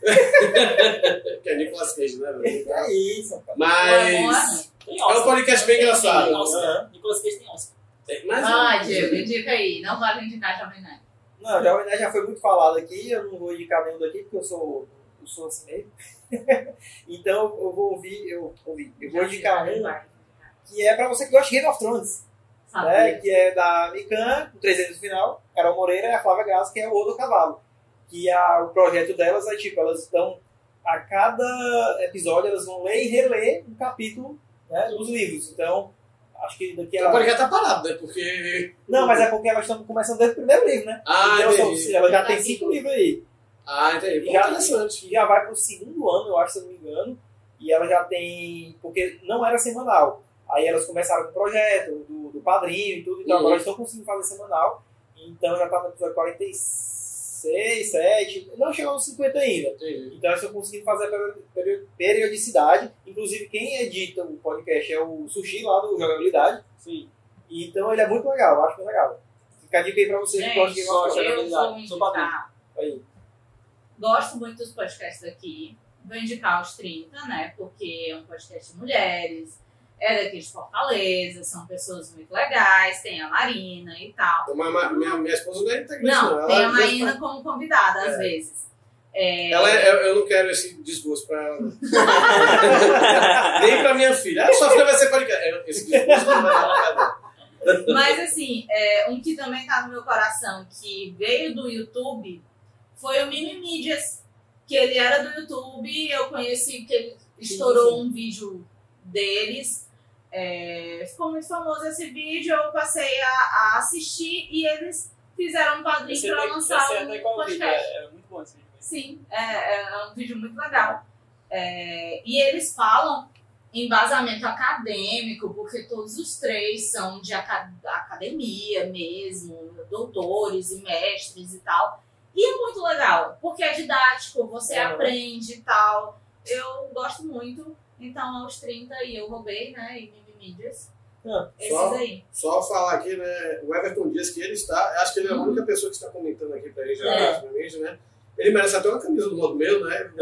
Que é Nicolas Cage, né? É isso. Mas é um podcast bem engraçado. Nicolas Cage tem Oscar. Diego, indica aí. Não vale indicar Jovem Nerd. Não, Jovem Nerd já foi muito falado aqui, eu não vou indicar nenhum daqui, porque eu sou assim mesmo. Então eu vou indicar um que é pra você que gosta de Game of Thrones. Né, que é da Mikan, com 3 anos no final, Carol Moreira e a Flávia Gás, que é o Odo Cavalo. Que o projeto delas é tipo, elas estão, a cada episódio, elas vão ler e reler um capítulo, né, dos livros. Então, acho que daqui a... O podcast tá parado, né? Porque... Não, mas é porque elas estão começando desde o primeiro livro, né? Então, ela já tem 5 livros aí. Entendi. Já vai pro 2º ano, eu acho, se eu não me engano. E ela já tem... Porque não era semanal. Aí elas começaram com o projeto do padrinho e tudo, então agora estão conseguindo fazer semanal. Então já está no episódio 46, 7, não chegou aos 50 ainda. Entendi. Então elas estão conseguindo fazer a periodicidade. Inclusive quem edita o podcast é o Sushi lá do Jogabilidade. Sim. Então ele é muito legal, eu acho muito legal. Fica a dica aí pra vocês que gostam de Game of Thrones. Eu vou indicar. Aí. Gosto muito dos podcasts aqui. Vou indicar os 30, né? Porque é um podcast de mulheres. É daqui de Fortaleza, são pessoas muito legais, tem a Marina e tal. Minha esposa não é integrante, não. Tem a Marina como convidada, às vezes. Eu não quero esse desgosto pra ela. Nem pra minha filha. Sua filha vai ser podcast. Esse desgosto não vai dar. Mas assim, um que também tá no meu coração, que veio do YouTube, foi o Mimimídias, que ele era do YouTube, eu conheci que ele estourou um vídeo deles. Ficou muito famoso esse vídeo, eu passei a assistir e eles fizeram um padrinho para lançar um podcast. É muito bom esse vídeo. Sim, é um vídeo muito legal. E eles falam embasamento acadêmico, porque todos os 3 são de academia mesmo, doutores e mestres e tal. E é muito legal, porque é didático, você aprende e tal. Eu gosto muito. Então, aos 30 e eu roubei, né? E Mimimídias. Esses aí. Só falar aqui, né? O Everton Dias, que ele está... Acho que ele é a única pessoa que está comentando aqui pra gente, né? Ele merece até uma camisa do modo meu, né?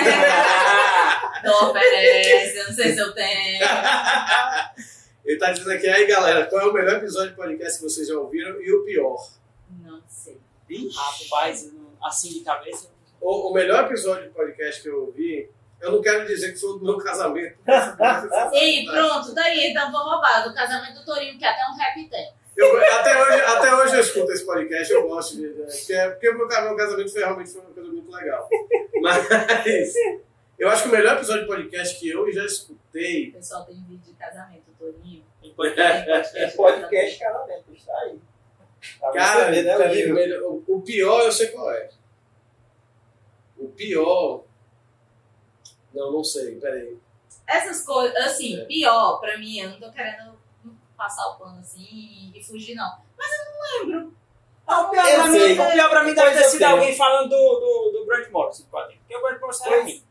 Não oferece, eu não sei se eu tenho. Ele tá dizendo aqui, aí galera, qual é o melhor episódio de podcast que vocês já ouviram e o pior? Não sei. Rapaz, assim de cabeça... O melhor episódio de podcast que eu ouvi Eu não quero dizer que foi do meu casamento. Ei, pronto, daí, então vou roubar do casamento do Torinho, que até um rap tem. Até hoje eu escuto esse podcast, eu gosto porque o meu casamento realmente foi uma coisa muito legal. Mas eu acho que o melhor episódio de podcast que eu já escutei. O pessoal tem vídeo de casamento, do Torinho. Podcast casamento, está aí. Cara, o pior eu sei qual é. O pior. Não sei, peraí. Essas coisas, assim, pior pra mim, eu não tô querendo passar o pano assim e fugir, não. Mas eu não lembro. O pior pra mim deve ter sido alguém falando do Grant Morrison, porque o Grant Morrison era ruim.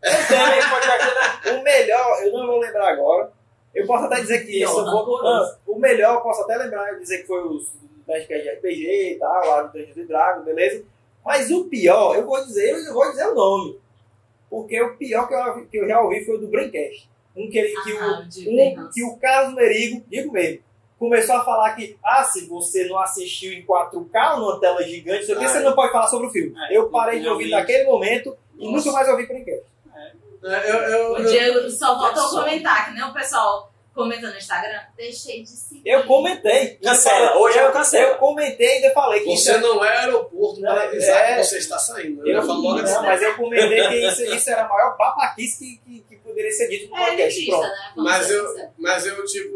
O melhor, eu não vou lembrar agora. Eu posso até dizer que o melhor, eu posso até lembrar e dizer que foi os Nerdcast de RPG e tal, lá do Dungeons & Dragons, beleza? Mas o pior, eu vou dizer o nome. Porque o pior que eu já ouvi foi o do Braincast. Que o Carlos Merigo, digo mesmo, começou a falar que, se você não assistiu em 4K ou numa tela gigante, você não pode falar sobre o filme. Eu parei de ouvir naquele momento e nunca mais ouvi Braincast. O Diego só voltou a comentar, que nem o pessoal comenta no Instagram, deixei de seguir. Eu comentei. Cancela, hoje eu cancelo. Eu comentei e ainda falei que você não é aeroporto para avisar que você está saindo. Mas eu comentei que isso era a maior babaquice que poderia ser dito no podcast. Elitista, né? Mas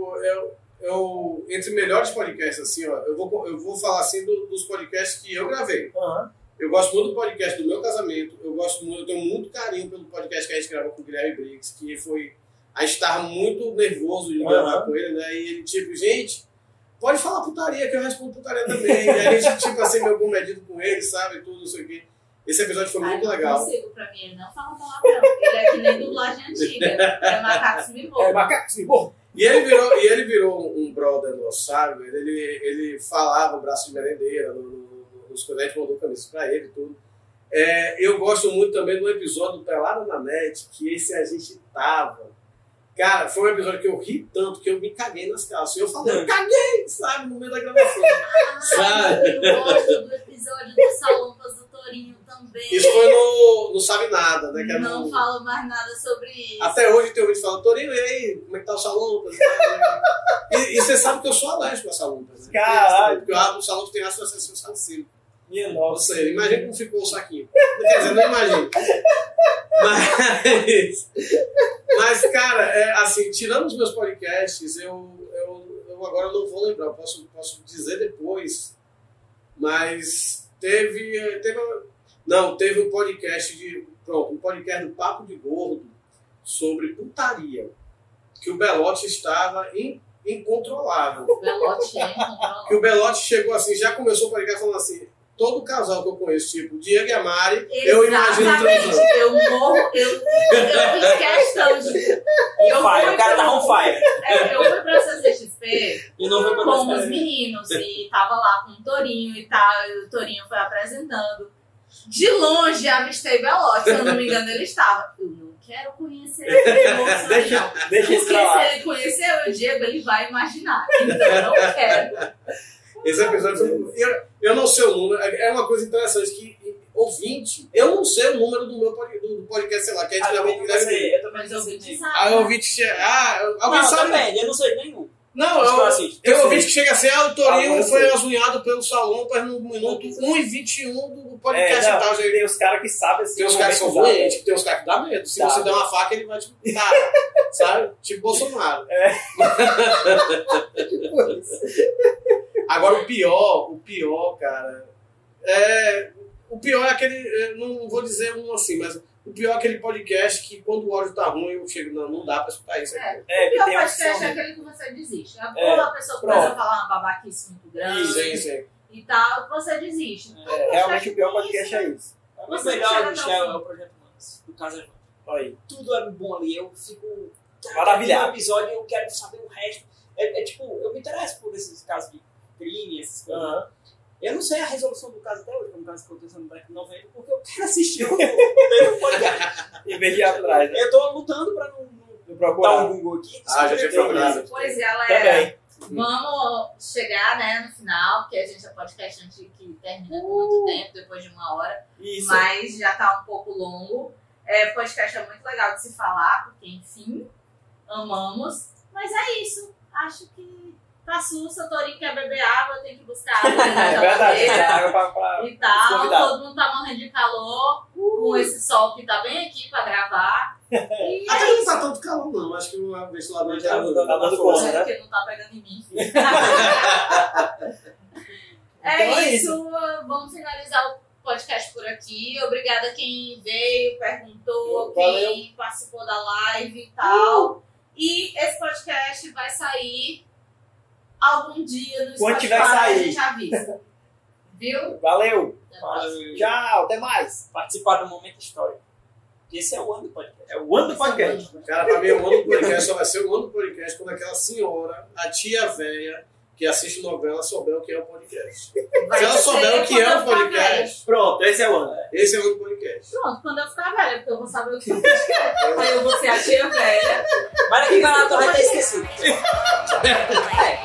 eu entre melhores podcasts, assim, ó, eu vou falar assim dos podcasts que eu gravei. Uhum. Eu gosto muito do podcast do meu casamento. Eu tenho muito carinho pelo podcast que a gente gravou com o Guilherme Briggs, que foi. A gente estava muito nervoso de gravar com ele, né? E ele, tipo, gente, pode falar putaria, que eu respondo putaria também. E a gente, tipo, assim, meio comedido com ele, sabe? Tudo, não sei o quê. Esse episódio foi muito legal. Não consigo, pra mim, ele não fala palavrão. Ele é que nem dublagem antiga. É Macacos Me Morram. Macacos Me Morram. E ele virou um brother nosso, sabe? Ele falava o braço de merendeira, nos coisas, a gente mandou camisas pra ele e tudo. Eu gosto muito também do episódio do Pelada na Net, que esse a gente tava. Cara, foi um episódio que eu ri tanto que eu me caguei nas calças. Eu falei, eu caguei, sabe? No meio da gravação. Sabe? Eu gosto do episódio das salompas do Torinho também. Isso foi no Sabe Nada, né? Que não falo mais nada sobre isso. Até hoje tem ouvido falando, Torinho, e aí? Como é que tá o salompas? E você sabe que eu sou alérgico a salompas, né? Caralho. Porque o salompas tem ácido salicílico. Minha nossa. Ou seja, imagina como ficou o saquinho. Quer dizer, não imagino. Mas, cara, assim, tirando os meus podcasts, eu agora não vou lembrar, posso dizer depois, mas teve um podcast um podcast do Papo de Gordo sobre putaria, que o Belote estava incontrolável. Que o Belote chegou assim, já começou o podcast falando assim, todo casal que eu conheço, tipo Diego e a Mari, eu imagino transando. Eu fiz questão de... O cara tá on fire. Eu fui pra CCXP e não foi pra com os meninos e tava lá com o Torinho e tal, e o Torinho foi apresentando. De longe, avistei Belote, se eu não me engano, ele estava. Eu não quero conhecer esse moço, deixa isso pra lá. Porque se ele conhecer o Diego, ele vai imaginar. Então eu não quero. Esse episódio, eu não sei o número, é uma coisa interessante que ouvinte, eu não sei o número do podcast, sei lá, que a gente gravou com o Guilherme. Eu também não sei. Aí o ouvinte alguém sabe? Também, eu não sei nenhum. Não, eu ouvi que chega assim, o Torinho foi azunhado pelo salompas no minuto 1:21 do podcast e tal. Tem os caras que sabem assim. Tem os caras que são doentes, tem os caras que dá medo. Se você der uma faca, ele vai te matar. Sabe? Tipo Bolsonaro. Agora o pior, cara, o pior é aquele, não vou dizer um assim, mas o pior é aquele podcast que quando o áudio tá ruim, eu chego, não dá pra escutar isso. O pior podcast é aquele que você desiste. Ou a pessoa começa a falar uma babaquice muito grande sim. E tal, você desiste. Realmente o pior podcast é isso. O melhor, Michel, é o Projeto Manas, do Casa Evandro. Aí. Tudo é bom ali, eu fico maravilhado. No episódio eu quero saber o resto. Tipo, eu me interesso por esses casos de crime, essas coisas. Uhum. Eu não sei a resolução do caso até hoje, que é um caso que aconteceu no década de 90, porque eu quero assistir o podcast. Em vez de ir atrás, né? Eu tô lutando pra não procurar um Google aqui. Já tinha procurado. Pois, galera. Também. Vamos chegar, né, no final, porque a gente é podcast antigo que termina com muito tempo, depois de 1 hora. Isso. Mas já tá um pouco longo. Podcast é muito legal de se falar, porque, enfim, amamos. Mas é isso. Acho que tá sussa, o Torinho quer beber água, tem que buscar água na É verdade, geladeira água pra e tal. convidado. Todo mundo tá morrendo de calor, com esse sol que tá bem aqui pra gravar. E Até é não isso. tá tanto calor, não. Acho que o ventilador Tá dando Não conta, é né? porque não tá pegando em mim, filho. Então é isso. Vamos finalizar o podcast por aqui. Obrigada a quem veio, perguntou, Valeu. quem participou da live e tal. E esse podcast vai sair algum dia no Quando Spotify, tiver que sair. a gente avisa. Viu? Valeu. Até a próxima. Tchau, até mais. Participar do momento histórico. Esse é o ano do podcast. É o ano do podcast. Cara, pra mim, o ano do podcast só vai ser o ano do podcast quando aquela senhora, a tia velha, que assiste novela, souber o que é o podcast. Vai Se ela ser souber o que quando é eu o ficar velha. podcast, Pronto, esse é o ano. esse é o ano do podcast. Pronto, quando eu ficar velha, porque eu vou saber o que é o podcast. Aí eu vou ser a tia velha. Mas aqui na Natal vai ter esquecido. É.